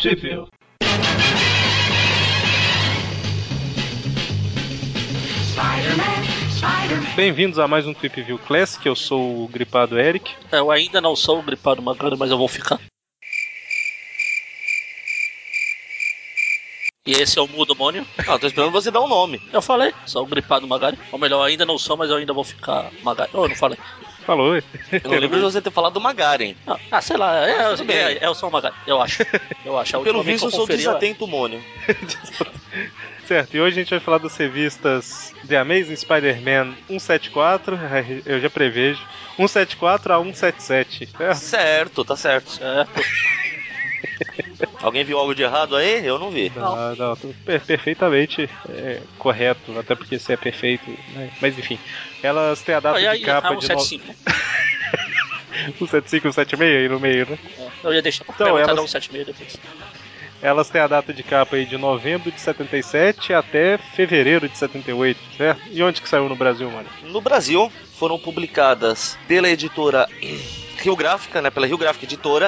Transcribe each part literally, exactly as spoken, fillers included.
Trip View. Bem-vindos a mais um Trip View Classic. Eu sou o gripado Eric. Eu ainda não sou o gripado Magari, mas eu vou ficar. E esse é o Mudamônio. Ah, tô esperando você dar um nome. Eu falei, sou o gripado Magari. Ou melhor, ainda não sou, mas eu ainda vou ficar Magari. Oh, eu não falei. Falou. Eu não lembro de você ter falado do Magaren. Ah, ah, sei lá, é, Ah, tudo bem. é, é, eu sou o Magari, eu acho. Eu acho. A Pelo última vez visto, que eu eu sou conferi, desatento mônio. Certo, e hoje a gente vai falar das revistas The Amazing Spider-Man cento e setenta e quatro, eu já prevejo, cento e setenta e quatro a cento e setenta e sete, certo? Certo, tá certo. Certo. Alguém viu algo de errado aí? Eu não vi. Não, não, tô per- perfeitamente é, correto, até porque você é perfeito, né? Mas enfim, elas têm a data E aí, de capa ah, um de sete no... cinco, né? cento e setenta e cinco e cento e setenta e seis aí no meio, né? É, eu ia deixar pra Então, perguntar elas- da um sete seis depois. Elas têm a data de capa aí de novembro de setenta e sete até fevereiro de setenta e oito, certo? E onde que saiu no Brasil, mano? No Brasil, foram publicadas pela editora Rio Gráfica, né? Pela Rio Gráfica Editora.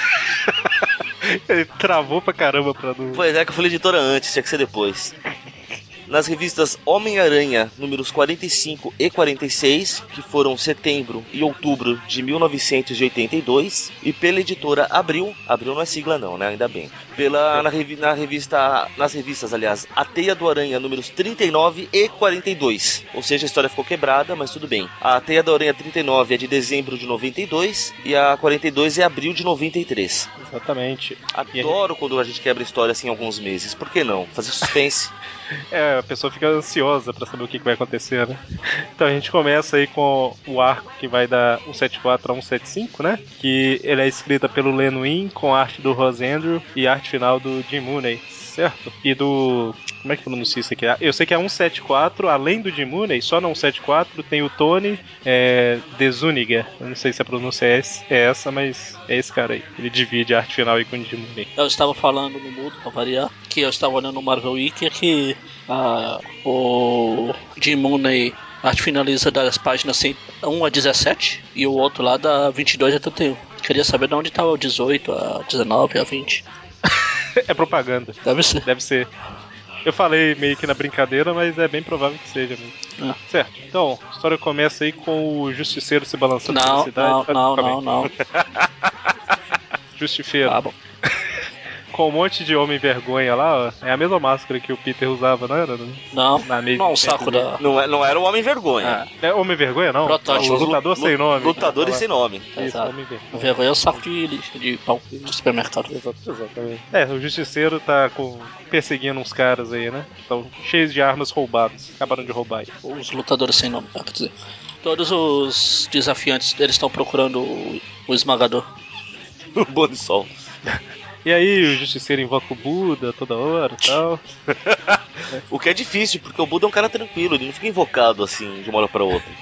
Ele travou pra caramba pra não... Pois é que eu falei editora antes, tinha que ser depois. Nas revistas Homem-Aranha, números quarenta e cinco e quarenta e seis, que foram setembro e outubro de mil novecentos e oitenta e dois, e pela editora Abril, Abril não é sigla não, né, ainda bem. Pela, na, revi, na revista, nas revistas, aliás, A Teia do Aranha, números trinta e nove e quarenta e dois, ou seja, a história ficou quebrada, mas tudo bem. A Teia do Aranha trinta e nove é de dezembro de noventa e dois, e a quarenta e dois é abril de noventa e três. Exatamente. Adoro quando a gente quebra a história assim em alguns meses, por que não? Fazer suspense. É, a pessoa fica ansiosa pra saber o que que vai acontecer, né? Então a gente começa aí com o arco que vai da cento e setenta e quatro a cento e setenta e cinco, né? Que ele é escrita pelo Len Wein, com arte do Ross Andrew e arte final do Jim Mooney, certo? E do... como é que pronuncia isso aqui? Eu sei que é cento e setenta e quatro, além do Jim Mooney, só na cento e setenta e quatro tem o Tony é, De Zuniga. Eu não sei se a pronúncia é essa, mas é esse cara aí. Ele divide a arte final aí com o Jim Mooney. Eu estava falando no mudo, pra variar, que eu estava olhando no Marvel Wiki, que ah, o Jim Mooney arte finaliza das páginas um a dezessete e o outro lá da vinte e dois a trinta e um. Queria saber de onde estava o dezoito, a dezenove, a vinte. É propaganda. Deve ser. Deve ser. Eu falei meio que na brincadeira, mas é bem provável que seja mesmo. É. Certo. Então, a história começa aí com o Justiceiro se balançando pela Não, cidade. não, Ah, não, calma aí. não, não. Justifeiro. Tá bom. Com um monte de homem vergonha lá, ó. É a mesma máscara que o Peter usava, não era? Não, Na Amazing não é um saco Fantasy. da... Não, é, não era o Homem-Vergonha. É, É Homem Vergonha, não? Protótipo. O lutador sem nome. Lutadores Ah, sem nome. Isso, exato. Homem Vergonha. Vergonha é o saco de lixo, de pão de supermercado. Exato, exatamente. É, o Justiceiro tá com, perseguindo uns caras aí, né? Que estão cheios de armas roubadas. Acabaram de roubar aí. Os lutadores sem nome, quer dizer. Todos os desafiantes deles estão procurando o, o esmagador. O Bonisol. E aí o Justiceiro invoca o Buda toda hora e tal. O que é difícil, porque o Buda é um cara tranquilo, ele não fica invocado assim, de uma hora pra outra.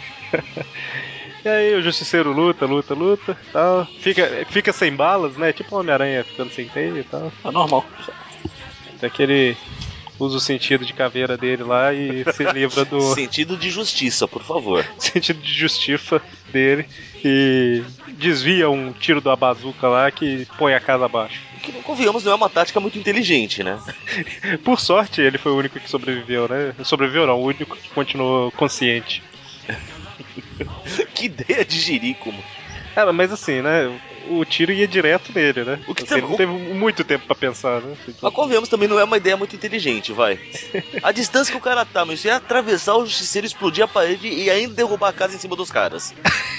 E aí o Justiceiro luta, luta, luta tal. Fica, fica sem balas, né? Tipo uma Homem-Aranha ficando sem teia e tal. É normal. Até que ele usa o sentido de caveira dele lá e se livra do Sentido de justiça, por favor. sentido de justiça dele e desvia um tiro da bazuca lá que põe a casa abaixo. Que não convenhamos, não é uma tática muito inteligente, né? Por sorte, ele foi o único que sobreviveu, né? Sobreviveu não, o único que continuou consciente. Que ideia de jirico, mano. Cara, mas assim, né? O tiro ia direto nele, né? O que Assim, ele não tam- teve muito tempo pra pensar, né? Assim, Mas convenhamos, também não é uma ideia muito inteligente, vai. A distância que o cara tá, mas você ia atravessar o justiceiro, explodir a parede e ainda derrubar a casa em cima dos caras.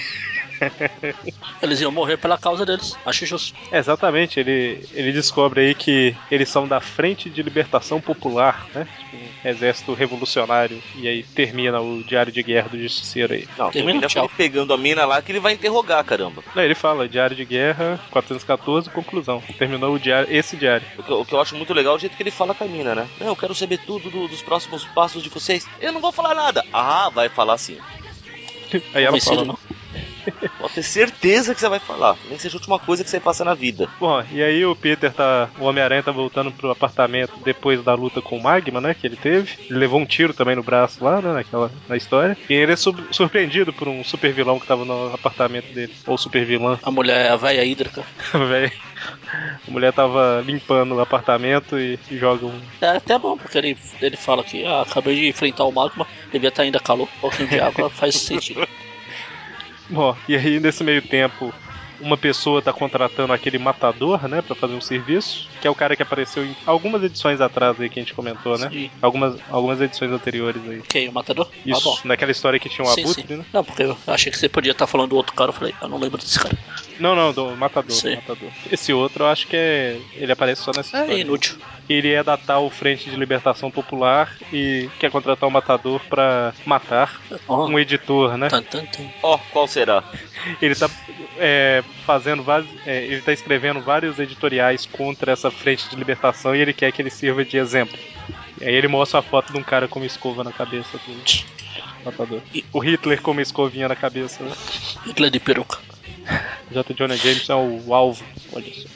Eles iam morrer pela causa deles. Acho justo. É, exatamente, ele, ele descobre aí que eles são da Frente de Libertação Popular, né? Tipo, um exército revolucionário. E aí termina o diário de guerra do Justiceiro aí. Não, Termina, termina com tchau. ele pegando a mina lá que ele vai interrogar, caramba. Não, ele fala, diário de guerra, quatrocentos e quatorze, conclusão. Terminou o diário, esse diário. O que, eu- o que eu acho muito legal é o jeito que ele fala com a mina, né? Não, eu quero saber tudo do- dos próximos passos de vocês. Eu não vou falar nada. Ah, vai falar sim. Aí ela Convencido, fala, não. Pode ter certeza que você vai falar. Nem que seja a última coisa que você faça na vida. Bom, e aí o Peter tá. O Homem-Aranha tá voltando pro apartamento depois da luta com o Magma, né? Que ele teve. Ele levou um tiro também no braço lá, né? Naquela, na história. E ele é sub- surpreendido por um super vilão que tava no apartamento dele. Ou super vilã. A mulher, a véia hídrica. Velho. A mulher tava limpando o apartamento e joga um. É até bom, porque ele, ele fala que ah, acabei de enfrentar o magma, devia estar ainda calor, um pouquinho de água faz sentido. Bom, e aí nesse meio tempo, uma pessoa tá contratando aquele matador, né, pra fazer um serviço, que é o cara que apareceu em algumas edições atrás aí que a gente comentou, né? Sim. Algumas, algumas edições anteriores aí. Quem? O matador? Isso, Ah, bom. naquela história que tinha um Sim, abutre, sim. né? Não, porque eu achei que você podia estar falando do outro cara, eu falei, eu não lembro desse cara. Não, não, do matador, Sim. matador. Esse outro eu acho que é. Ele aparece só nessa É história. inútil. Ele é da tal Frente de Libertação Popular e quer contratar um matador pra matar Oh. um editor, né? Tan, tan, tan. Ó, qual será? Ele tá é, fazendo vários. É, ele tá escrevendo vários editoriais contra essa Frente de Libertação e ele quer que ele sirva de exemplo. E aí ele mostra a foto de um cara com uma escova na cabeça do matador. O Hitler com uma escovinha na cabeça, né? Hitler de peruca. J. Jonah Jameson é o alvo. Olha só.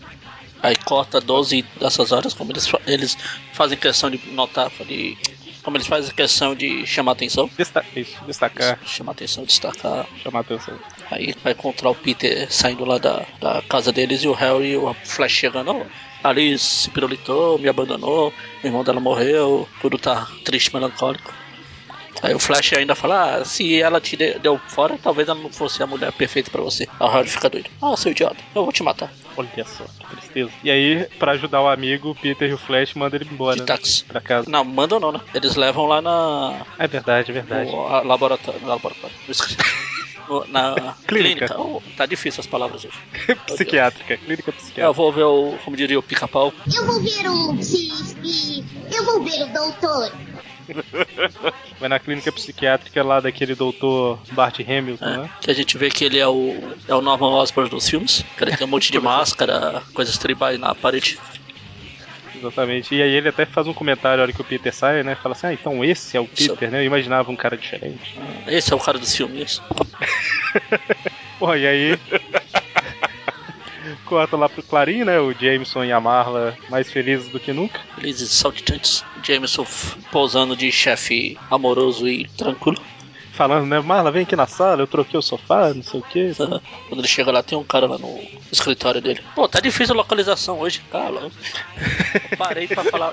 Aí corta doze dessas horas, como eles, fa- eles fazem questão de notar, de, como eles fazem questão de chamar atenção. Desta isso, destacar, Chamar atenção, destacar. chamar atenção. Aí vai encontrar o Peter saindo lá da, da casa deles e o Harry e o Flash chegando. Oh, a Alice se pirulitou, me abandonou, o irmão dela morreu, tudo tá triste, melancólico. Aí o Flash ainda fala, ah, se ela te de- deu fora, talvez ela não fosse a mulher perfeita pra você. Aí o Harry fica doido. Ah, seu idiota, eu vou te matar. Olha só, que tristeza. E aí, pra ajudar o amigo, o Peter e o Flash mandam ele embora, De né? táxi. Pra casa. Não, mandam não, né? Eles levam lá na... É verdade, é verdade. no a- laboratório. No laboratório. Eu esqueci. No- na Clínica. clínica. Oh, tá difícil as palavras hoje. Psiquiátrica, clínica Eu psiquiátrica. vou ver o, como diria o pica-pau. Eu vou ver o Xispe. Eu vou ver o doutor. Vai na clínica psiquiátrica lá daquele doutor Bart Hamilton, É, né? que a gente vê que ele é o, é o Norman Osborn dos filmes. Que ele tem um monte de máscara, coisas tribais na parede. Exatamente. E aí ele até faz um comentário na hora que o Peter sai, né? Fala assim, ah, então esse é o Isso. Peter, né? Eu imaginava um cara diferente. Ah, esse é o cara dos filmes. Pô, e aí... Corta lá pro Clarim, né? O Jameson e a Marla mais felizes do que nunca. Felizes e saltitantes. Jameson f- pousando de chefe amoroso e tranquilo. Falando, né? Marla, vem aqui na sala, eu troquei o sofá, não sei o quê. Ah, quando ele chega lá, tem um cara lá no escritório dele. Pô, tá difícil a localização hoje, cara. Parei pra falar.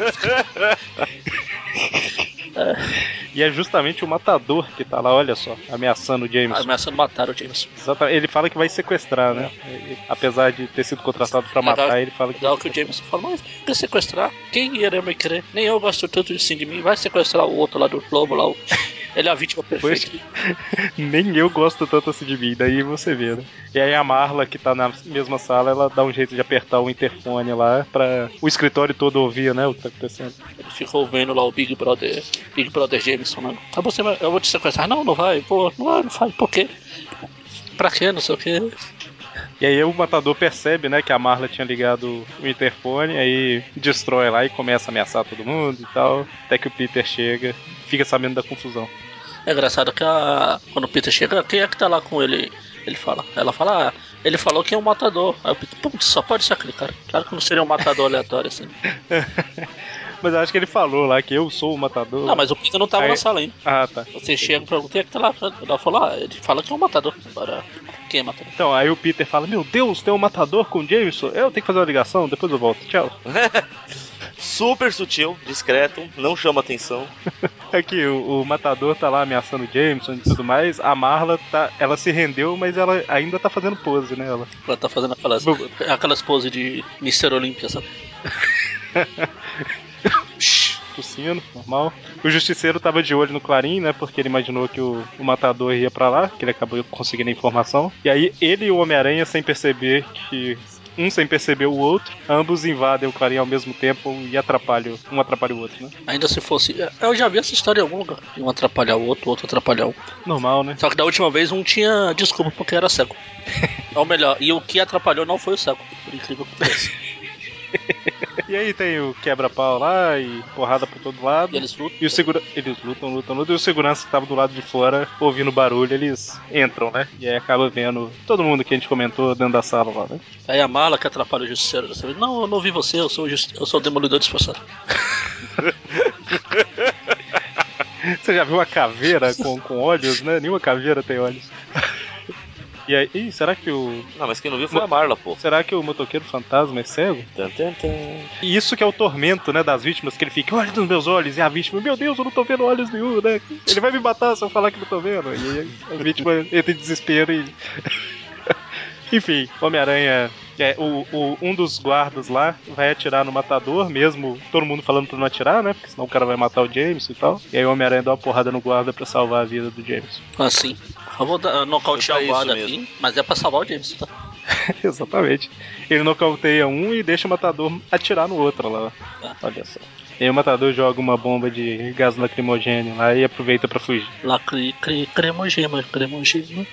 E é justamente o matador que tá lá, olha só, ameaçando o Jameson. Ameaçando matar o Jameson. Exatamente. Ele fala que vai sequestrar, né? E, apesar de ter sido contratado pra Legal- matar, ele fala que Legal vai que o sequestrar. Jameson fala, mas quer sequestrar? Quem iria me querer? Nem eu gosto tanto assim de mim. Vai sequestrar o outro lá do lobo lá. O... Ele é a vítima Pois, perfeita. nem eu gosto tanto assim de mim, daí você vê, né? E aí a Marla, que tá na mesma sala, ela dá um jeito de apertar o interfone lá pra o escritório todo ouvir, né, o que tá acontecendo. Ele ficou vendo lá o Big Brother, Big Brother Jameson, mano. Ah, você vai, eu vou te sequestrar. Não, não vai. Pô, não vai, não vai. Por quê? Pra quê? Não sei o quê. E aí o matador percebe, né, que a Marla tinha ligado o interfone, aí destrói lá e começa a ameaçar todo mundo e tal, até que o Peter chega, fica sabendo da confusão. É engraçado que a, quando o Peter chega, quem é que tá lá com ele? Ele fala. Ela fala, ah, ele falou que é um matador. Aí o Peter, putz, só pode ser aquele cara. Claro que não seria um matador aleatório assim. Mas eu acho que ele falou lá que eu sou o matador. Não, mas o Peter não tava Aí- na sala ainda. Ah, tá. Você chega e pergunta, quem é que tá lá? Ela falou, ah, ele fala que é um matador. Agora, quem é matador? Então, aí o Peter fala, meu Deus, tem um matador com o Jameson? Eu tenho que fazer uma ligação, depois eu volto. Tchau. Super sutil, discreto, não chama atenção. Aqui, o, o matador tá lá ameaçando o Jameson e tudo mais. A Marla, tá, ela se rendeu, mas ela ainda tá fazendo pose, né? Ela. Ela tá fazendo aquelas, Bu- aquelas poses de mister Olímpia, sabe? Shhh, tossindo, normal. O justiceiro tava de olho no Clarim, né? Porque ele imaginou que o, o matador ia pra lá, que ele acabou conseguindo a informação. E aí ele e o Homem-Aranha, sem perceber que. Um sem perceber o outro, ambos invadem o Clarim ao mesmo tempo e atrapalham. Um atrapalha o outro, né? Ainda se fosse. Eu já vi essa história em algum lugar. De um atrapalhar o outro, o outro atrapalhar um. Normal, né? Só que da última vez um tinha desculpa porque era cego. Ou melhor, e o que atrapalhou não foi o cego, por incrível que pareça. E aí tem o quebra-pau lá e porrada por todo lado. E eles lutam. E o segura... Eles lutam, lutam, lutam. E o segurança que tava do lado de fora, ouvindo barulho, eles entram, né? E aí acaba vendo todo mundo que a gente comentou dentro da sala lá, né? Aí a mala que atrapalha o justiceiro dessa vez. Não, eu não vi você, eu sou o, just... eu sou o demolidor disfarçado. Você já viu uma caveira com, com olhos, né? Nenhuma caveira tem olhos. E aí, ih, será que o... Não, mas quem não viu foi a Marla, pô. Será que o motoqueiro fantasma é cego? Tan, tan, tan. E isso que é o tormento, né, das vítimas, que ele fica, olha nos meus olhos, e a vítima, meu Deus, eu não tô vendo olhos nenhum, né? Ele vai me matar se eu falar que não tô vendo. E aí a vítima entra em desespero e... Enfim, Homem-Aranha... É, o, o, um dos guardas lá vai atirar no matador, mesmo todo mundo falando pra não atirar, né? Porque senão o cara vai matar o Jameson e tal. E aí o Homem-Aranha dá uma porrada no guarda pra salvar a vida do Jameson. Assim. Eu vou dar, nocautear Foi o pra guarda isso aqui, mas é pra salvar o James, tá? Exatamente. Ele nocauteia um e deixa o matador atirar no outro lá. Ah. Olha só. E aí o matador joga uma bomba de gás lacrimogêneo lá e aproveita pra fugir. Lá, cri, cri, cremogema, cremogema.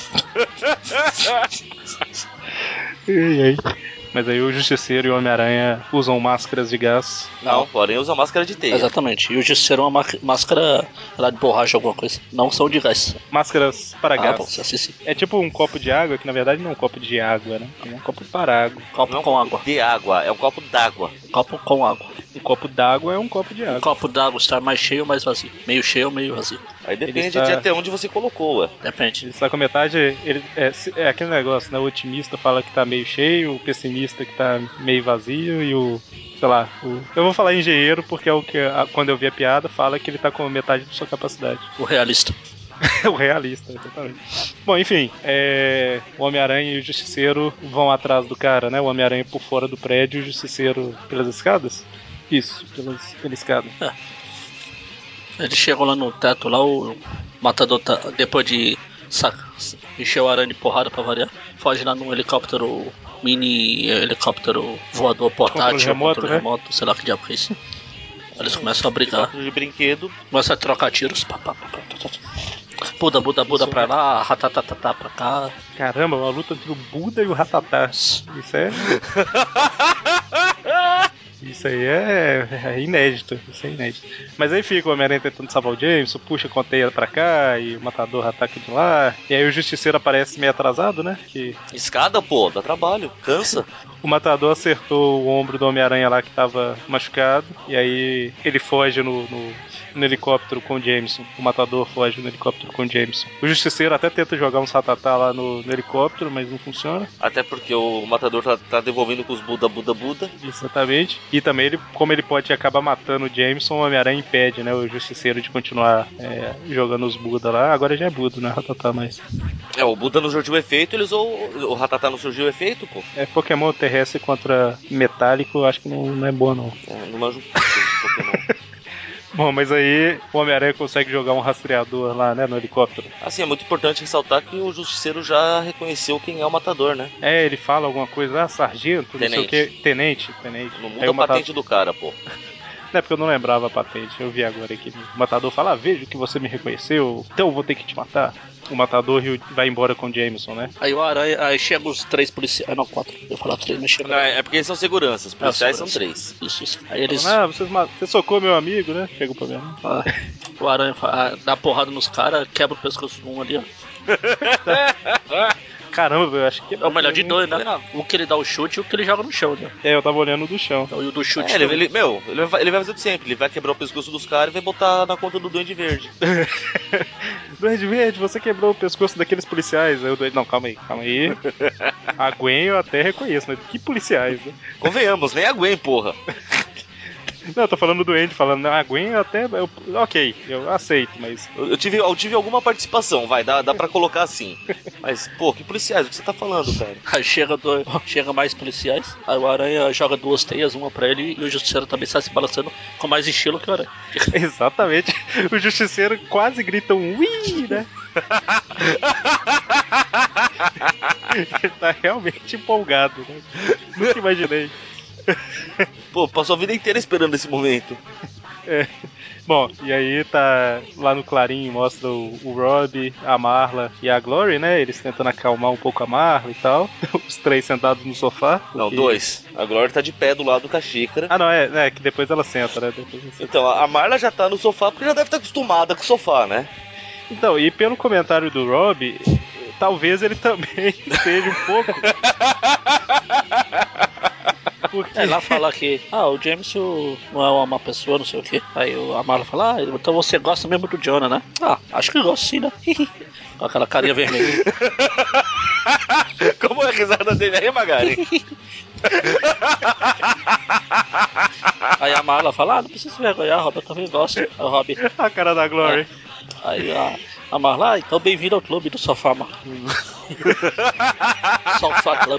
E aí? Mas aí o Justiceiro e o Homem-Aranha usam máscaras de gás. Não, porém usa máscara de teia. Exatamente. E o justiceiro é uma máscara lá de borracha, alguma coisa. Não são de gás. Máscaras para Ah, gás. bom, assim sim. É tipo um copo de água, que na verdade não é um copo de água, né? É um copo para água. Copo Não é um com copo água. de água, é um copo d'água. Copo com água. Um copo d'água é um copo de Um água. copo d'água está mais cheio ou mais vazio? Meio cheio ou meio vazio? Aí depende está- de até onde você colocou, ué. Depende. Ele está com a metade. Ele, é, se- é aquele negócio, né? O otimista fala que tá meio cheio, o pessimista que tá meio vazio e o. Sei lá, o. Eu vou falar engenheiro porque é o que, a- quando eu vi a piada, fala que ele tá com metade de sua capacidade. O realista. O realista, exatamente. Bom, enfim, é, o Homem-Aranha e o Justiceiro vão atrás do cara, né? O Homem-Aranha por fora do prédio e o Justiceiro pelas escadas? Isso, pelas, pela escada. Ele chegou lá no teto, lá o matador tá, depois de saca, encher o aranha de porrada pra variar, foge lá num helicóptero, mini helicóptero voador portátil, Controle remoto, controle né? remoto, sei lá que diabo é isso. Eles começam a brigar, Helicóptero de brinquedo. começam a trocar tiros. Pá, pá, pá, pá, pá, pá. Buda, Buda, Buda pra lá, ratatatatá pra cá. Caramba, uma luta entre o Buda e o Ratatá. Isso é. Isso aí é, é inédito. Isso é inédito. Mas aí fica o Homem-Aranha tentando salvar o Jameson, puxa com a teia pra cá e o matador ataca de lá. E aí o Justiceiro aparece meio atrasado, né? Que Escada, pô, dá trabalho, cansa. o matador acertou o ombro do Homem-Aranha lá que tava machucado. E aí ele foge no, no, no helicóptero com o Jameson. O matador foge no helicóptero com o Jameson. O Justiceiro até tenta jogar um satatá lá no, no helicóptero, mas não funciona. Até porque o matador tá, tá devolvendo com os Buda, Buda, Buda. Exatamente. E também, ele, como ele pode acabar matando o Jameson, o Homem-Aranha impede, né, o Justiceiro de continuar é, jogando os Buda lá. Agora já é Buda, não é Ratatá mais. É, o Buda não surgiu o efeito, eles ou o Ratatá não surgiu o efeito, pô. É Pokémon terrestre contra metálico, eu acho que não, não é boa, não. É, não manjo de Pokémon. Bom, mas aí o Homem-Aranha consegue jogar um rastreador lá, né, no helicóptero. Assim, é muito importante ressaltar que o Justiceiro já reconheceu quem é o matador, né? É, ele fala alguma coisa, ah, sargento, não sei o Tenente. que. Tenente, tenente. Não Aí muda o a matador... patente do cara, pô. Não é porque eu não lembrava a patente, eu vi agora aqui. O matador fala, ah, vejo que você me reconheceu, então eu vou ter que te matar. O matador vai embora com o Jameson, né? Aí o aranha, aí chegam os três policiais, ah, não, quatro, eu ia falar três, mas chega. Não, é porque eles são seguranças, os policiais Ah, são segurança. três. Isso, isso. Aí eles. Falando, ah, vocês ma- você socou meu amigo, né? Chegou pra mim. Ah, o aranha fa- ah, dá porrada nos caras, quebra o pescoço de um ali, ó. Caramba, eu acho que... É o melhor de dois, né? O que ele dá o chute e o que ele joga no chão, né? É, eu tava olhando do chão. Então, e o do chute. É, ele, também. ele- meu, ele vai, ele vai fazer sempre, ele vai quebrar o pescoço dos caras e vai botar na conta do Duende Verde. Duende Verde, você quebrou o pescoço daqueles policiais. Aí o Duende, não, calma aí, calma aí. A Gwen eu até reconheço, mas que policiais, né? Convenhamos, nem a Gwen, porra. Não, eu tô falando do Duende, falando, não, a Gwen eu até... Eu, ok, eu aceito, mas... Eu, eu tive, eu tive alguma participação, vai, dá, dá pra colocar assim. Mas, pô, que policiais, o que você tá falando, cara? Aí chega, do, chega mais policiais, aí o aranha joga duas teias, uma pra ele, e o justiceiro também sai se balançando com mais estilo que o aranha. Exatamente. O Justiceiro quase grita um ui, né? Ele tá realmente empolgado, né? Nunca imaginei. Pô, passou a vida inteira esperando esse momento. É. Bom, e aí tá lá no Clarim, mostra o, o Rob, a Marla e a Glory, né? Eles tentando acalmar um pouco a Marla e tal. Os três sentados no sofá. Porque... Não, dois. A Glory tá de pé do lado com a xícara. Ah, não, é, é que depois ela senta, né? Depois senta. Então, a Marla já tá no sofá porque já deve estar acostumada com o sofá, né? Então, e pelo comentário do Rob, talvez ele também esteja um pouco. Porque... É, lá fala que, ah, o James não é uma pessoa, não sei o que. Aí a Marla fala, ah, então você gosta mesmo do Jonah, né? Ah, acho que gosto sim, né? Com aquela carinha vermelha. Como é a risada dele aí, Magari? Aí a Marla fala, ah, não precisa se vergonhar, Rob, eu também gosto. Aí o Rob, a cara da Glory. É. Aí a, a Marla, ah, então bem-vindo ao clube do Sofá, Marla. Sofá Club.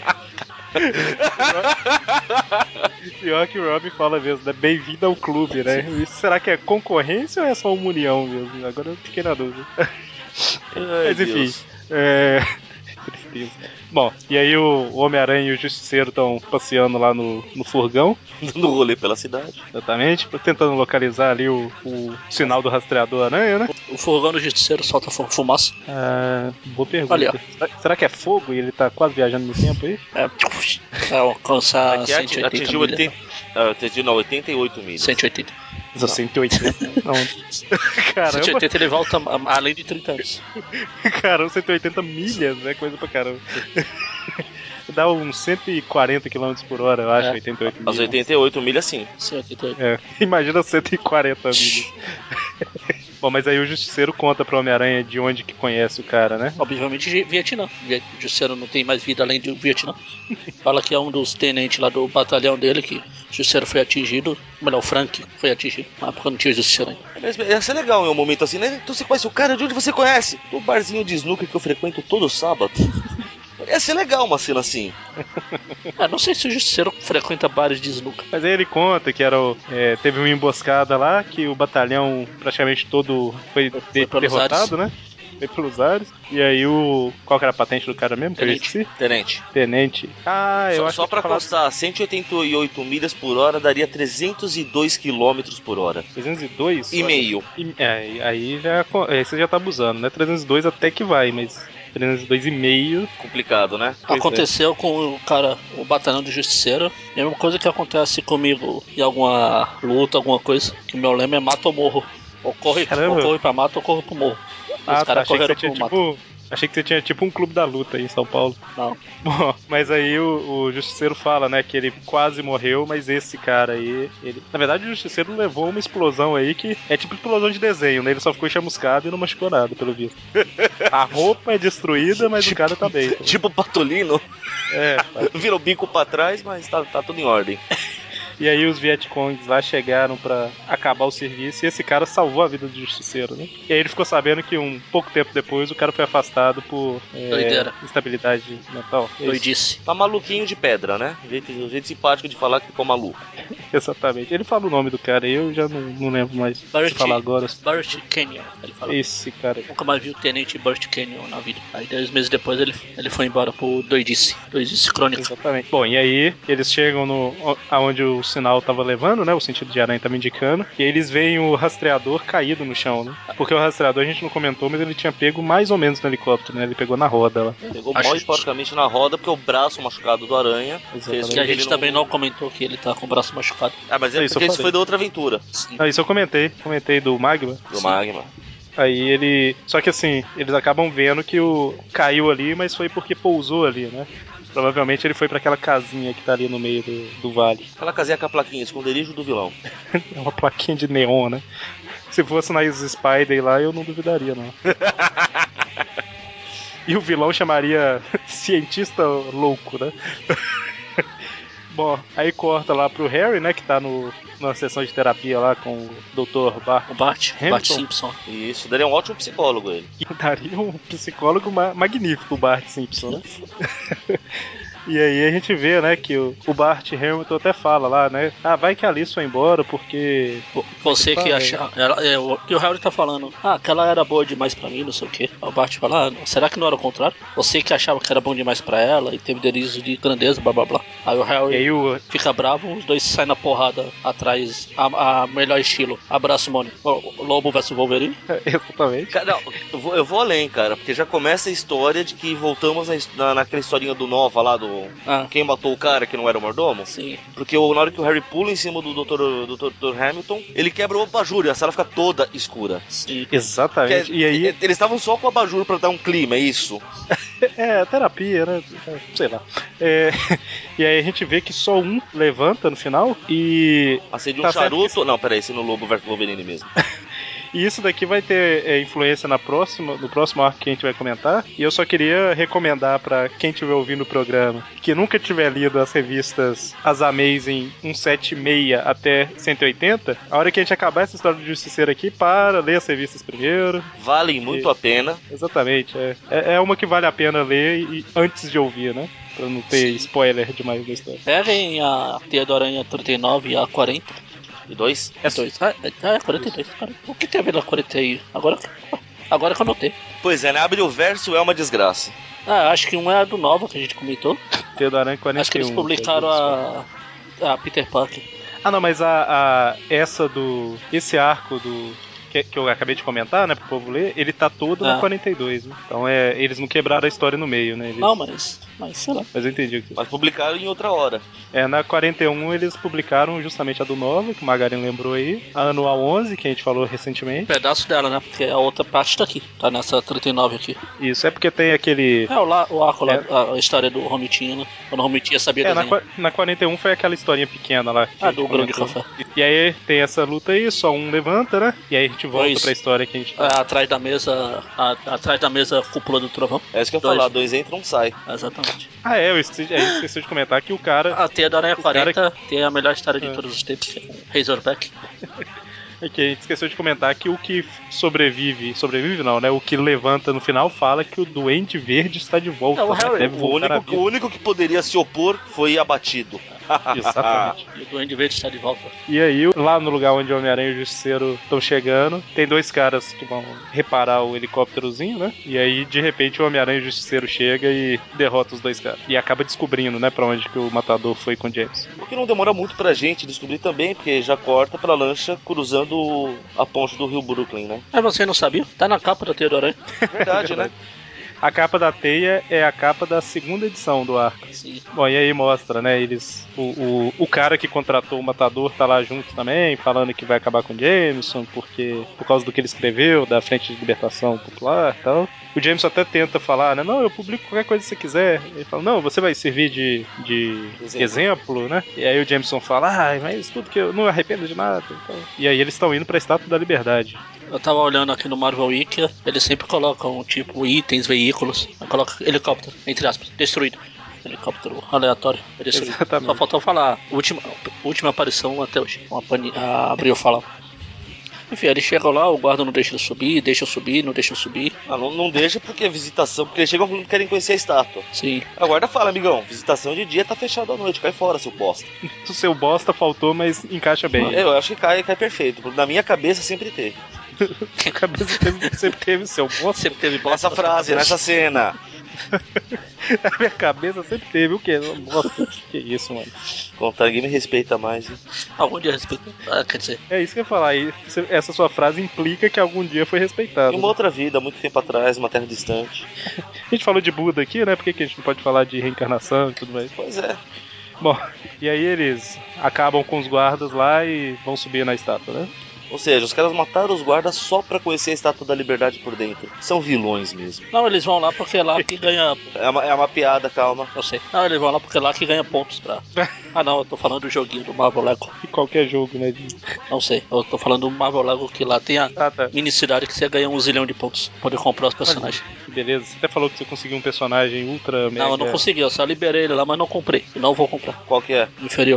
Pior que o Rob fala mesmo, né? Bem-vindo ao clube, né? Isso, será que é concorrência ou é só uma união mesmo? Agora eu fiquei na dúvida. Ai, Mas enfim, Deus. é... tristeza. Bom, e aí o Homem-Aranha e o Justiceiro estão passeando lá no, no furgão. No rolê pela cidade. Exatamente, tentando localizar ali o, o sinal do rastreador aranha, né? O fogão do justiceiro solta fumaça. Ah, boa pergunta. Ali, ó. Será, será que é fogo e ele tá quase viajando no tempo aí? É, é alcançar Aqui cento e oitenta atingiu milhas. oitenta, ah, atingiu, não, oitenta e oito milhas. cento e oitenta. Não. cento e oitenta? Não. Caramba. cento e oitenta ele volta além de trinta anos. Caramba, cento e oitenta milhas, né? Coisa pra caramba. Dá uns cento e quarenta quilômetros por hora, eu acho, É. oitenta e oito As milhas. oitenta e oito milhas, sim. cento e oitenta e oito. É, imagina cento e quarenta milhas. Bom, mas aí o Justiceiro conta pro Homem-Aranha de onde que conhece o cara, né? Obviamente, Vietnã. O Justiceiro não tem mais vida além do Vietnã. Fala que é um dos tenentes lá do batalhão dele que o Justiceiro foi atingido. Melhor, o Frank foi atingido. Na época não tinha o Justiceiro ainda. Mas ia ser legal em um momento assim, né? Então você conhece o cara, de onde você conhece? Do barzinho de snooker que eu frequento todo sábado. Ia ser legal uma cena assim. É, não sei se o Justiceiro frequenta bares de snooker. Mas aí ele conta que era o, é, teve uma emboscada lá, que o batalhão praticamente todo foi, Foi, de- foi pelos derrotado, ares. né? Foi pelos ares. E aí o... Qual que era a patente do cara mesmo, que Tenente. eu esqueci? Tenente. Tenente. Ah, eu Só, acho só que eu tinha pra falado constar, cento e oitenta e oito milhas por hora daria trezentos e dois quilômetros por hora. trezentos e dois? E meio. E, é, aí já, aí você já tá abusando, né? trezentos e dois até que vai, mas trezentos e dois e meio... Complicado, né? Pois Aconteceu com o cara, o batalhão do Justiceiro. Mesma coisa que acontece comigo em alguma luta, alguma coisa. Que o meu lema é mata ou morro. Ou corre, ou Caramba. corre pra mata ou corre pro morro. E os Ah, tá. caras Achei que correram você tinha pro mata. tipo. Achei que você tinha tipo um clube da luta aí em São Paulo. Não. Bom, mas aí o, o Justiceiro fala, né, que ele quase morreu, mas esse cara aí, ele... Na verdade, o Justiceiro levou uma explosão aí que é tipo explosão de desenho, né? Ele só ficou chamuscado e não machucou nada, pelo visto. A roupa é destruída, mas tipo, o cara tá bem. Tá? Tipo Patolino. É, Vira o bico pra trás, mas tá, tá tudo em ordem. e aí os Vietcongs lá chegaram pra acabar o serviço e esse cara salvou a vida do Justiceiro, né? E aí ele ficou sabendo que um pouco tempo depois o cara foi afastado por é, Doideira. instabilidade mental. É isso. Doidice. Tá maluquinho de pedra, né? O jeito, o jeito simpático de falar que ficou maluco. Exatamente. Ele fala o nome do cara aí, eu já não, não lembro mais. Burt, Se falar agora. Burt Canyon, ele fala. Esse cara aí. Nunca mais vi o Tenente Burt Canyon na vida. Aí dois meses depois ele, ele foi embora pro Doidice. Doidice crônica. Exatamente. Bom, e aí eles chegam no aonde o sinal tava levando, né? O sentido de aranha tava indicando. E aí eles veem o rastreador caído no chão, né? Porque o rastreador a gente não comentou, mas ele tinha pego mais ou menos no helicóptero, né? Ele pegou na roda lá. Pegou Acho mal e que- porcamente na roda, porque o braço machucado do aranha fez Exatamente. com Que a que gente ele também não... não comentou que ele tá com o braço machucado. Ah, mas é Isso, porque eu isso falei. foi da outra aventura. Sim. Ah, isso eu comentei. Comentei do Magma. Do Sim. Magma. Aí ele. Só que assim, eles acabam vendo que o caiu ali, mas foi porque pousou ali, né? Provavelmente ele foi pra aquela casinha que tá ali no meio do, do vale. Aquela casinha com a plaquinha, esconderijo do vilão. É uma plaquinha de neon, né? Se fosse na Spider lá, eu não duvidaria, não. E o vilão chamaria cientista louco, né? Bom, aí corta lá pro Harry, né? Que tá no, numa sessão de terapia lá com o doutor Bart O Bart, Bart Hamilton. Simpson. E isso daria um ótimo psicólogo ele. Que daria um psicólogo ma- magnífico, o Bart Simpson, né? E aí a gente vê, né, que o, o Bart Hamilton até fala lá, né? Ah, vai que a Alice foi embora porque... Você que fala? acha. Ela, é, o que o Harry tá falando. Ah, aquela era boa demais pra mim, não sei o que. O Bart fala, ah, será que não era o contrário? Você que achava que era bom demais pra ela e teve delírios de grandeza, blá blá blá. Aí o Harry E aí o... fica bravo, os dois saem na porrada atrás, a, a melhor estilo. Abraço, Mônio. Lobo versus Wolverine. Exatamente. Cara, não, eu vou, eu vou além, cara, porque já começa a história de que voltamos na, na, naquela historinha do Nova lá, do... Ah. Quem matou o cara que não era o mordomo? Sim. Porque o, na hora que o Harry pula em cima do doutor do doutor Hamilton, ele quebra o abajur e a sala fica toda escura. Sim. Exatamente. Que, e aí... Eles estavam só com o abajur pra dar um clima, é isso? É, terapia, né? Sei lá. É... E aí a gente vê que só um levanta no final e... Acende um tá charuto... Que... Não, peraí, esse é no Lobo versus Wolverine mesmo. E isso daqui vai ter é, influência na próxima, no próximo arco que a gente vai comentar. E eu só queria recomendar pra quem estiver ouvindo o programa, que nunca tiver lido as revistas As Amazing cento e setenta e seis até cento e oitenta, a hora que a gente acabar essa história do Justiceiro aqui, para, ler as revistas primeiro. Valem muito e... a pena. Exatamente, é. é. É uma que vale a pena ler e, antes de ouvir, né? Pra não ter Sim. spoiler demais da história. Peguem a Teia do Aranha trinta e nove e a quarenta. E dois? É dois. Ah, é, é quarenta e dois. Cara. O que tem a ver na quarenta aí? Agora, agora que eu notei. Pois é, né? Abre o verso é uma desgraça. Ah, acho que um é a do Nova que a gente comentou. Teia do Aranha quarenta e um. Acho que eles publicaram a, a Peter Parker. Ah, não, mas a, a essa do... Esse arco do... Que, que eu acabei de comentar, né, pro povo ler, ele tá todo ah. na quarenta e dois, né? Então é, eles não quebraram a história no meio, né? Eles... Não, mas, mas sei lá. Mas eu entendi o que você... Mas publicaram em outra hora. É, na quarenta e um eles publicaram justamente a do Nova, que o Magarin lembrou aí, a Anual onze, que a gente falou recentemente. Um pedaço dela, né? Porque a outra parte tá aqui, tá nessa trinta e nove aqui. Isso, é porque tem aquele... É, o, lá, o arco é... lá, a história do Romitinha, né? Quando o Romitinha sabia é, desenhar. Na, na quarenta e um foi aquela historinha pequena lá. Ah, do Grande Café. E aí tem essa luta aí, só um levanta, né? E aí a gente volta pois, pra história que a gente tá. É, atrás da mesa, a, atrás da mesa cúpula do trovão. É isso que eu ia dois. falar, dois entra, um sai. Exatamente. Ah, é, eu esqueci, a gente esqueceu de comentar que o cara... A Teia da Aranha quarenta cara... tem a melhor história de é. todos os tempos, que é o Razorback. É que a gente esqueceu de comentar que o que sobrevive, sobrevive não, né? O que levanta no final fala que o Duende Verde está de volta. É, o, Harry, deve o, único, o único que poderia se opor foi abatido. Exatamente. E o Duende Verde está de volta. E aí, lá no lugar onde o Homem-Aranha e o Justiceiro estão chegando, tem dois caras que vão reparar o helicópterozinho, né? E aí, de repente, o Homem-Aranha e o Justiceiro chega e derrota os dois caras. E acaba descobrindo, né, pra onde que o Matador foi com o James. O que não demora muito pra gente descobrir também, porque já corta pra lancha cruzando a ponte do rio Brooklyn, né? Mas você não sabia? Tá na capa da Teia do Aranha. Verdade, né? A capa da Teia é a capa da segunda edição do arco. Sim. Bom, e aí mostra, né, eles... O, o, o cara que contratou o Matador tá lá junto também, falando que vai acabar com o Jameson, porque, por causa do que ele escreveu, da Frente de Libertação Popular e tal. O Jameson até tenta falar, né, não, eu publico qualquer coisa que você quiser. Ele fala, não, você vai servir de, de exemplo. exemplo, né? E aí o Jameson fala, ah, mas tudo que eu não arrependo de nada. Então... E aí eles estão indo pra Estátua da Liberdade. Eu tava olhando aqui no Marvel Wiki, eles sempre colocam, tipo, itens, veículos, coloca helicóptero, entre aspas, destruído. Helicóptero aleatório, é destruído. Exatamente. Só faltou falar, última, última aparição até hoje, uma pani, a Abril fala. Enfim, eles chegam lá, o guarda não deixa eu subir, deixa eu subir, não deixa eu subir. Ah, não, não deixa porque é visitação, porque eles chegam falando que querem conhecer a estátua. Sim. A guarda fala, amigão, visitação de dia tá fechado à noite, cai fora, seu bosta. O seu bosta faltou, mas encaixa bem. Eu acho que cai, cai perfeito, na minha cabeça sempre teve. Na cabeça teve, sempre teve seu bosta? Sempre teve bosta. Nessa frase, nessa cena. Na minha cabeça sempre teve o quê? Bosta, que isso, mano. Contar, ninguém me respeita mais, hein? Algum dia respeita? Ah, quer dizer... É isso que eu ia falar, essa sua frase implica que algum dia foi respeitado. Em uma né? outra vida, muito tempo atrás, uma terra distante. A gente falou de Buda aqui, né? Por que, que a gente não pode falar de reencarnação e tudo mais? Pois é. Bom, e aí eles acabam com os guardas lá e vão subir na estátua, né? Ou seja, os caras mataram os guardas só pra conhecer a Estátua da Liberdade por dentro. São vilões mesmo. Não, eles vão lá porque é lá que ganha... É uma, é uma piada, calma. Eu sei. Não, eles vão lá porque é lá que ganha pontos pra... Ah não, eu tô falando do joguinho do Marvel Lego. E qualquer jogo, né? Não sei, eu tô falando do Marvel Lego que lá tem a ah, tá. mini cidade que você ganha um zilhão de pontos pra poder comprar os personagens. Que beleza, você até falou que você conseguiu um personagem ultra mega... Não, eu não consegui, eu só liberei ele lá, mas não comprei. E não vou comprar. Qual que é? Inferior.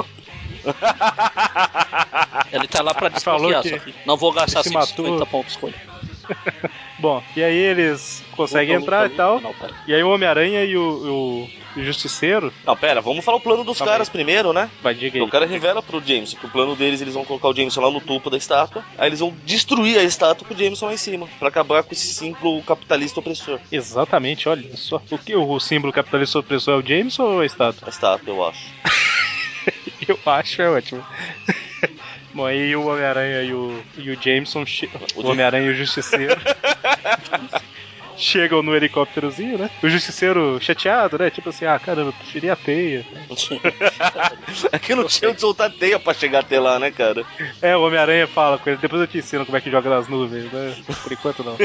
Ele tá lá pra desconfiar, que só que não vou gastar cento e cinquenta matou. pontos com ele. Bom, e aí eles conseguem Luta, entrar luta, e tal. luta. Não, e aí o Homem-Aranha e o, o, Justiceiro. Não, pera, vamos falar o plano dos Calma caras aí. primeiro, né? Vai, diga aí. O cara revela pro Jameson que o plano deles, eles vão colocar o Jameson lá no topo da estátua, aí eles vão destruir a estátua com o Jameson lá em cima, pra acabar com esse símbolo capitalista opressor. Exatamente, olha só. O que o símbolo capitalista opressor é o Jameson ou a estátua? A estátua, eu acho. Eu acho, é ótimo. Bom, aí o Homem-Aranha e o, e o Jameson, che- o, O Homem-Aranha e o Justiceiro chegam no helicópterozinho, né? O Justiceiro chateado, né? Tipo assim, ah, caramba, eu preferi a teia. Aqui não tinha onde soltar teia pra chegar até lá, né, cara? É, o Homem-Aranha fala com ele, depois eu te ensino como é que joga nas nuvens, né? Por enquanto não.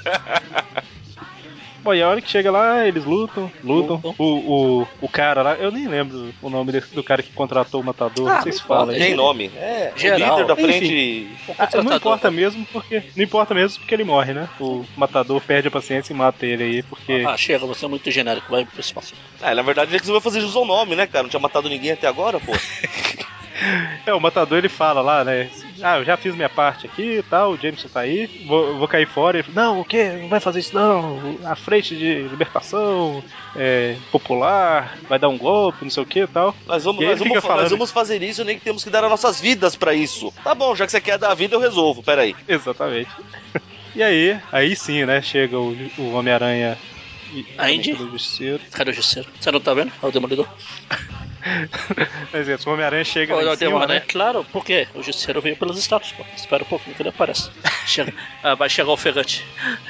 Bom, e a hora que chega lá, eles lutam, lutam. Lutam. O, o, o cara lá, eu nem lembro o nome desse- do cara que contratou o Matador, Ah, não sei se não fala importa, aí. Tem nome. É, Geral. o líder da Enfim. frente. O Ah, não contratador, importa né? mesmo porque. Não importa mesmo porque ele morre, né? O matador perde a paciência e mata ele aí, porque. Ah, chega, você é muito genérico, vai pro espaço. É, na verdade ele resolveu fazer jus ao nome, né, cara? Não tinha matado ninguém até agora, pô. É, o matador ele fala lá, né? Ah, eu já fiz minha parte aqui e tal, o Jameson tá aí, vou, vou cair fora. Ele fala, não, o quê? Não vai fazer isso não. A frente de libertação é, popular, vai dar um golpe, não sei o que e tal. Nós vamos, E aí nós, ele fica vamos, fa- nós falando. vamos fazer isso, nem que temos que dar as nossas vidas pra isso. Tá bom, já que você quer dar a vida, eu resolvo, peraí. Exatamente. E aí, aí sim, né? Chega o, o Homem-Aranha e A também Indy? cadê o Justiceiro. Cadê o Justiceiro? Você não tá vendo? É o Demolidor. Mas é, o Homem-Aranha chega lá Olha, em o cima, Demolidor, né? claro, por quê? O Justiceiro veio pelos status, pô. Espera um pouquinho que ele aparece. Chega. Ah, vai chegar o ofegante.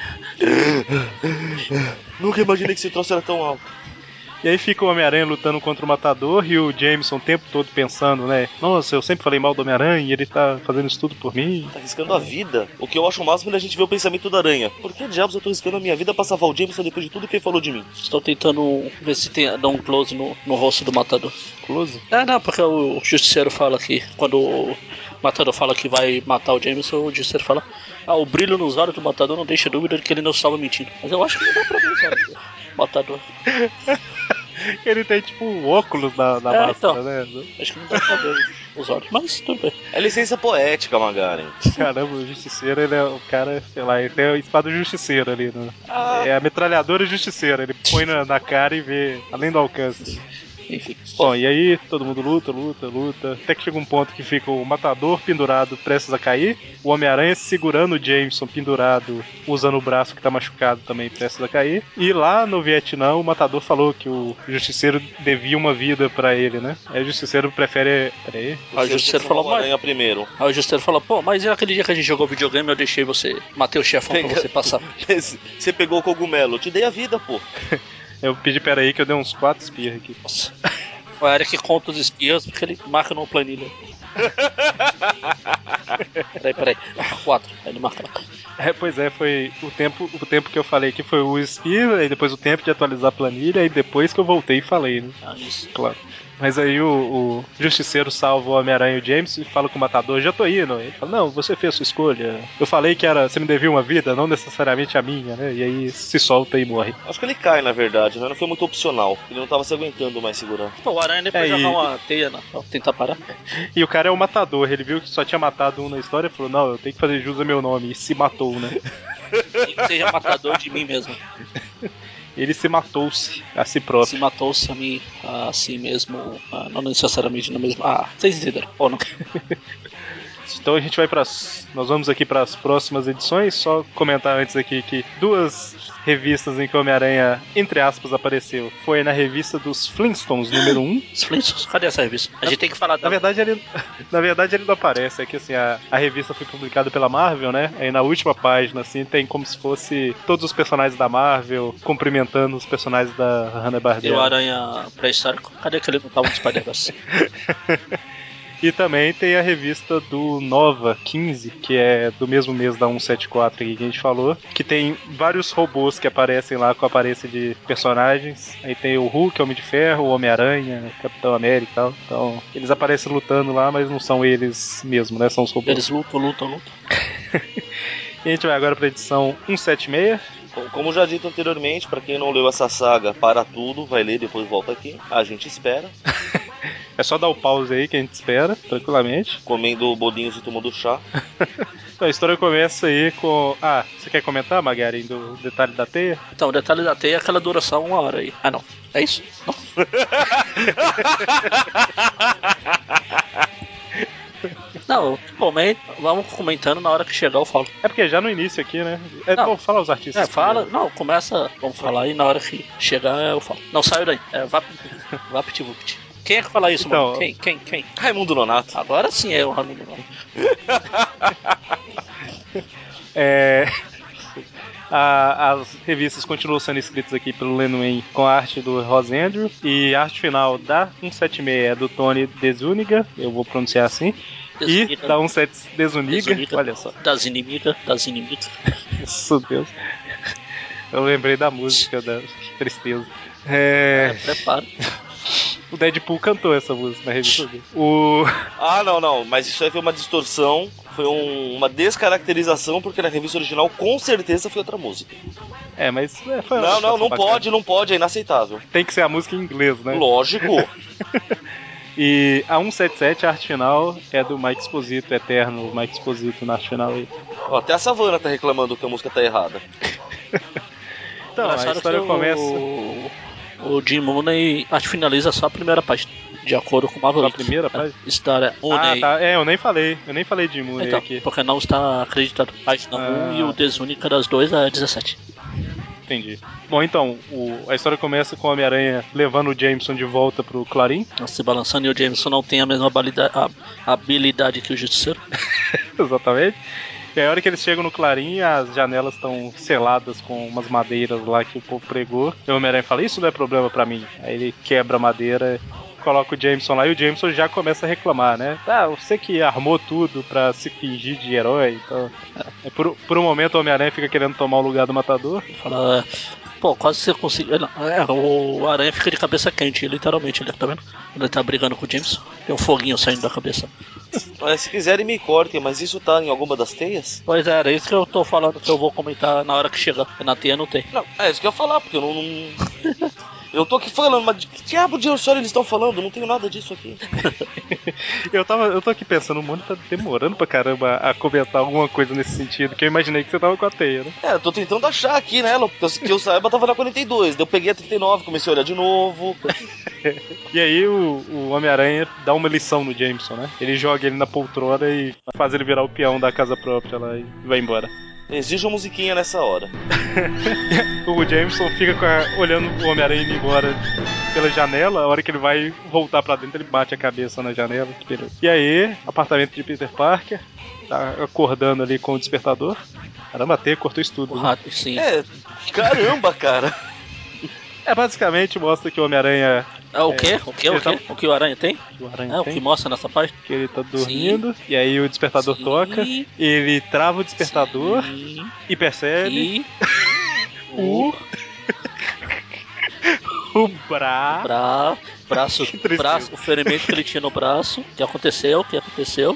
Nunca imaginei que esse troço era tão alto. E aí fica o Homem-Aranha lutando contra o Matador e o Jameson o tempo todo pensando, né? Nossa, eu sempre falei mal do Homem-Aranha e ele tá fazendo isso tudo por mim. Tá arriscando a vida. O que eu acho o máximo é a gente ver o pensamento da aranha. Por que diabos eu tô arriscando a minha vida pra salvar o Jameson depois de tudo que ele falou de mim? Estou tentando ver se tem, dar um close no, no rosto do Matador. Close? É, não, porque o Justiceiro fala que quando o Matador fala que vai matar o Jameson, o Justiceiro fala: ah, o brilho nos olhos do Matador não deixa dúvida de que ele não estava mentindo. Mas eu acho que não dá pra ver os olhos do Matador. Ele tem tipo um óculos na, na É, máscara, então. né? Acho que não dá pra ver os olhos, mas tudo bem. É licença poética, Magaren. Caramba, o Justiceiro, ele é o cara, sei lá, ele tem a espada do Justiceiro ali, né? Ah. É a metralhadora Justiceira, ele põe na, na cara e vê além do alcance. Enfim. Bom, e aí todo mundo luta, luta, luta. Até que chega um ponto que fica o Matador pendurado, prestes a cair. O Homem-Aranha segurando o Jameson pendurado, usando o braço que tá machucado também, prestes a cair. E lá no Vietnã, o Matador falou que o Justiceiro devia uma vida pra ele, né? Aí o Justiceiro prefere. Peraí. Aí o Justiceiro falou: o mas. aranha primeiro. Aí o Justiceiro falou: pô, mas aquele dia que a gente jogou videogame eu deixei você. Matei o chefão pra Pega- você passar. Você pegou o cogumelo, eu te dei a vida, pô. Eu pedi peraí que eu dei uns quatro espirros aqui. Nossa. O Eric conta os espias porque ele marca numa planilha. Peraí, peraí. Quatro. Aí ele marca lá. É, pois é, foi o tempo, o tempo que eu falei que foi o espirro, aí depois o tempo de atualizar a planilha, e depois que eu voltei e falei, né? Ah, isso. Claro. Mas aí o, o Justiceiro salva o Homem-Aranha e o James e fala com o Matador, já tô indo. Ele fala, não, você fez a sua escolha. Eu falei que era, você me devia uma vida, não necessariamente a minha, né? E aí se solta e morre. Acho que ele cai, na verdade, né? Não foi muito opcional. Ele não tava se aguentando mais segurar. Pô, o Aranha depois É, jogar e- uma teia na, pra tentar parar. E o cara é o matador, ele viu que só tinha matado um na história e falou, não, eu tenho que fazer jus ao meu nome. E se matou, né? Nem que seja matador de mim mesmo. Ele se matou-se a si Se próprio. matou-se a mim a si mesmo. Ah, não necessariamente no mesmo. Ah, vocês entenderam? Ou não? Então a gente vai para nós vamos aqui para as próximas edições. Só comentar antes aqui que duas revistas em que o Homem-Aranha, entre aspas, apareceu. Foi na revista dos Flintstones, número um. Os Flintstones, cadê essa revista? A gente tem que falar da. Na verdade, ele, na verdade, ele não aparece. É que assim, a, a revista foi publicada pela Marvel, né? Aí na última página, assim, tem como se fosse todos os personagens da Marvel cumprimentando os personagens da E o Hanna-Barbera. Aranha pré-histórico? Cadê que ele não tava no Spider-Verse? E também tem a revista do Nova quinze, que é do mesmo mês da cento e setenta e quatro aqui que a gente falou, que tem vários robôs que aparecem lá com a aparência de personagens. Aí tem o Hulk, Homem de Ferro, o Homem-Aranha, Capitão América e tal. Então, eles aparecem lutando lá, mas não são eles mesmo, né? São os robôs. Eles lutam, lutam, lutam. E a gente vai agora pra edição cento e setenta e seis. Co- Como já dito anteriormente, pra quem não leu essa saga, para tudo, vai ler, depois volta aqui. A gente espera. É só dar o pause aí que a gente espera, tranquilamente. Comendo bolinhos e tomando chá. Então, a história começa aí com... Ah, você quer comentar, Magari, do detalhe da teia? Então, o detalhe da teia é aquela duração uma hora aí. Ah, não. É isso? Não. Não, comenta, vamos comentando na hora que chegar eu falo. É porque já no início aqui, né? É, Não. bom, fala os artistas. É, fala. primeiro. Não, começa. Vamos falar e na hora que chegar eu falo. Não, saiu daí. É, vá, vá petit, vupt. Quem é que fala isso, Então, mano? Quem? Quem? Quem? Raimundo Nonato. Agora sim é o Raimundo Nonato. É... a- as revistas continuam sendo escritas aqui pelo Len Wein com a arte do Ross Andrew e a arte final da cento e setenta e seis é do Tony Desuniga, eu vou pronunciar assim, Desuniga. e da cento e setenta Desuniga, Desuniga. olha só, Das inimigas, das inimigas. isso, Deus, eu lembrei da música, da que tristeza. É... É, prepara. O Deadpool cantou essa música na revista dele. O... Ah, não, não, mas isso aí foi uma distorção, foi um- uma descaracterização, porque na revista original com certeza foi outra música. É, mas é, foi uma Não, não, adaptação não bacana. pode, não pode, é inaceitável. Tem que ser a música em inglês, né? Lógico. E a cento e setenta e sete, a arte final, é do Mike Exposito, eterno Mike Exposito na arte final aí. Ó, até a Savana tá reclamando que a música tá errada. Então, a Engraçado história que começa... o, o Jim Mooney acho que finaliza só a primeira página, de acordo com o Marvel Só a Wiki. primeira É, página? história Mooney. Ah, tá. É, eu nem falei. Eu nem falei de Mooney Então, aqui. porque não está acreditado. Página Ah. um e o Desúnica das duas é dezessete. Entendi. Bom, então, o... a história começa com o Homem-Aranha levando o Jameson de volta pro Clarim. Se balançando e o Jameson não tem a mesma habilidade, a, habilidade que o Justiceiro. Exatamente. E aí, a hora que eles chegam no Clarim, as janelas estão seladas com umas madeiras lá que o povo pregou. E o Homem-Aranha fala, isso não é problema pra mim. Aí ele quebra a madeira, coloca o Jameson lá e o Jameson já começa a reclamar, né? Ah, você que armou tudo pra se fingir de herói. Então... É, por, por um momento o Homem-Aranha fica querendo tomar o lugar do Matador. Fala, pô, quase você conseguiu. É, o Aranha fica de cabeça quente, literalmente, ele tá vendo? Ele tá brigando com o Jameson. Tem um foguinho saindo da cabeça. Olha, se quiserem me cortem, mas isso tá em alguma das teias? Pois é, era isso que eu tô falando que eu vou comentar na hora que chegar. Na teia não tem. Não, é isso que eu ia falar, porque eu não... não... Eu tô aqui falando, mas de que diabo de história eles estão falando? Não tenho nada disso aqui. Eu, tava, eu tô aqui pensando, o mundo tá demorando pra caramba a comentar alguma coisa nesse sentido, que eu imaginei que você tava com a teia, né? É, eu tô tentando achar aqui, né? Que eu saiba, tava na quarenta e dois. Daí eu peguei a trinta e nove, comecei a olhar de novo. E aí o, o Homem-Aranha dá uma lição no Jameson, né? Ele joga ele na poltrona e faz ele virar o peão da casa própria lá e vai embora. Exijo uma musiquinha nessa hora. O Jameson fica com a, olhando o Homem-Aranha indo embora pela janela. A hora que ele vai voltar pra dentro, ele bate a cabeça na janela. Que beleza. E aí, apartamento de Peter Parker, tá acordando ali com o despertador. Caramba, a teia cortou isso tudo. O Né? rato, sim. É, caramba, cara. É, basicamente mostra que o Homem-Aranha... É, o quê? O quê? O ele quê? tá- O que o Aranha tem? que o Aranha É, o tem, que mostra nessa página? que ele tá dormindo, e aí o despertador Sim. toca, ele trava o despertador Sim. e percebe E. o... o Bra... Bra... Braço, Que tristeza. braço, o ferimento que ele tinha no braço. O que aconteceu? O que aconteceu?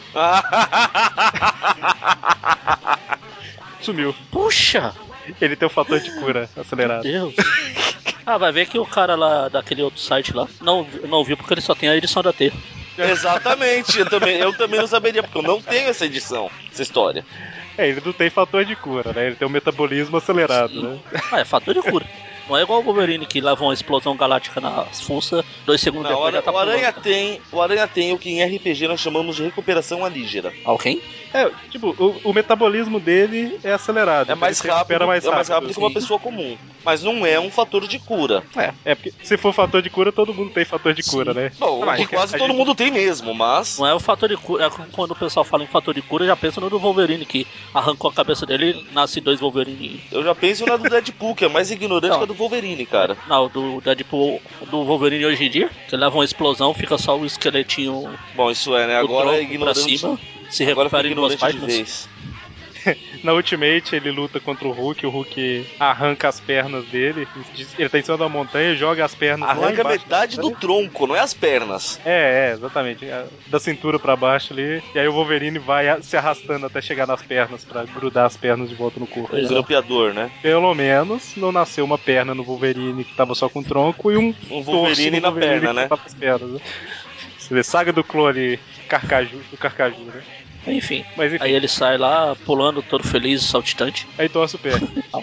Sumiu. Puxa! Ele tem o fator de cura acelerado. Meu Deus! Ah, vai ver que o cara lá daquele outro site lá não, não viu porque ele só tem a edição da T. Exatamente, eu também, eu também não saberia, porque eu não tenho essa edição, essa história. É, ele não tem fator de cura, né? Ele tem um metabolismo acelerado, Sim. né? Ah, é fator de cura. Não é igual o Wolverine que leva uma explosão galáctica nas fuças, dois segundos Não, o, depois já Aranha, tá o Aranha pulando. tem, o Aranha tem o que em R P G nós chamamos de recuperação alígera. Alguém? É, tipo, o, o metabolismo dele é acelerado. É então mais ele se recupera rápido, mais é mais rápido que uma sim. pessoa comum, mas não é um fator de cura. É, é porque se for fator de cura, todo mundo tem fator de Sim. cura, né? Bom, Ah, mas que quase a todo gente- mundo tem mesmo, mas Não é o fator de cura. É quando o pessoal fala em fator de cura, já pensa no do Wolverine que arrancou a cabeça dele e nasce dois Wolverine. eu já penso na do Deadpool, que é mais ignorante Não. que a do Wolverine, cara. Não, do Deadpool, do Wolverine hoje em dia, você leva uma explosão, fica só o esqueletinho Bom, isso é, né? do Agora é tronco pra ignorante. cima, se Agora fica recupera em duas ignorante de páginas. vez. Na Ultimate ele luta contra o Hulk, o Hulk arranca as pernas dele, ele tá em cima da montanha, joga as pernas lá Arranca embaixo. metade do tronco, não é as pernas. É, é, exatamente. É, da cintura pra baixo ali. E aí o Wolverine vai a- se arrastando até chegar nas pernas pra grudar as pernas de volta no corpo. Um Pois é. grampeador, né? Pelo menos não nasceu uma perna no Wolverine que tava só com o tronco e um Um torso Wolverine no na Wolverine perna, que né? tava as pernas. Né? Você vê, saga do clone Carcaju, do Carcaju, né? Enfim. Mas enfim. Aí ele sai lá, pulando, todo feliz, saltitante. Aí torce o pé.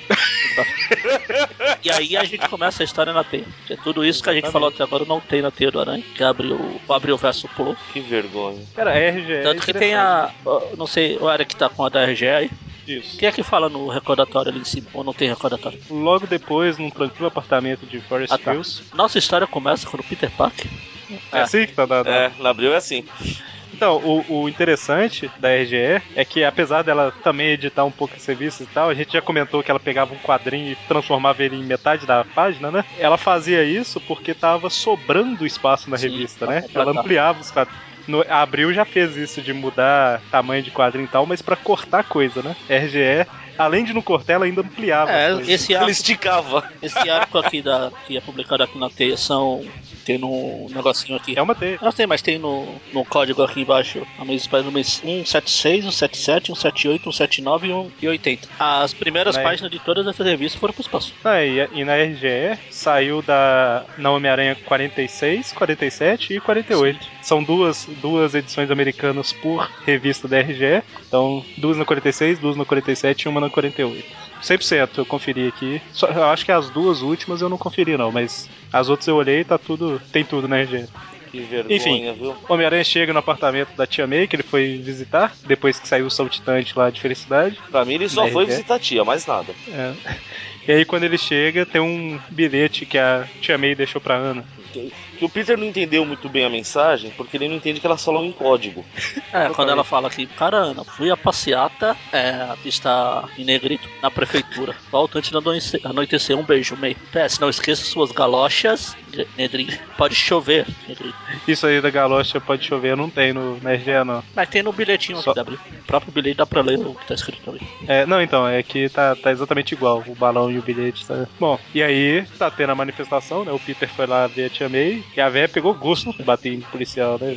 E aí a gente começa a história na teia. Que é tudo isso que a gente Exatamente. falou até agora não tem na teia do Aranha. Que abriu o, abriu o verso pulou. Que vergonha. Cara, R G é Tanto que tem a. Não sei, o Eric tá com a da R G aí. Isso. Quem é que fala no recordatório ali em cima? Ou não tem recordatório? Logo depois, num tranquilo apartamento de Forest Ah, tá. Hills. Nossa história começa quando o Peter Parker. É assim que tá dado. É, na Abril é assim. Então, o, o interessante da R G E é que, apesar dela também editar um pouco esse serviço e tal, a gente já comentou que ela pegava um quadrinho e transformava ele em metade da página, né? Ela fazia isso porque tava sobrando espaço na Sim, revista, pra né? completar. Ela ampliava os quadrinhos. No, a Abril já fez isso de mudar tamanho de quadrinho e tal, mas pra cortar coisa, né? R G E, além de não cortar, ela ainda ampliava É, as coisas. esse Ele arco, esticava. esse arco aqui da, que é publicado aqui na teia são. Tem no negocinho aqui. É uma teia. Não tem, mas tem no, no código aqui embaixo. A mês para no mês cento e setenta e seis, cento e setenta e sete, cento e setenta e oito, cento e setenta e nove e cento e oitenta. As primeiras Né? páginas de todas essas revistas foram pro espaço. Ah, e, e na R G E saiu da na Homem-Aranha quarenta e seis, quarenta e sete e quarenta e oito. São duas, duas edições americanas por revista da R G E. Então, duas na quarenta e seis, duas na quarenta e sete e uma na quarenta e oito. cem por cento eu conferi aqui. Só, eu acho que as duas últimas eu não conferi não, mas as outras eu olhei e tá tudo, tem tudo na R G E. Que vergonha, Enfim, viu? o Homem-Aranha chega no apartamento da Tia May, que ele foi visitar, depois que saiu o saltitante lá de felicidade. Pra mim ele só Na foi R G E. visitar a tia, mais nada. É. E aí quando ele chega, tem um bilhete que a Tia May deixou pra Ana. Que o Peter não entendeu muito bem a mensagem, porque ele não entende que elas falam em código. É, quando ela fala aqui, cara, Ana, fui a passeata, é, está em negrito, na prefeitura. Volta antes de anoitecer, anoitecer, um beijo, meio. P S, não esqueça suas galochas, negrito. Pode chover, negrito. Isso aí da galocha pode chover, não tem no, na R G E não. Mas tem no bilhetinho Só- aqui da Abril. O próprio bilhete dá pra ler o que tá escrito ali. É, não, então, é que tá, tá exatamente igual, o balão e o bilhete, tá? Bom, e aí tá tendo a manifestação, né? O Peter foi lá ver a Tia May e a véia pegou gosto de bater em policial, né?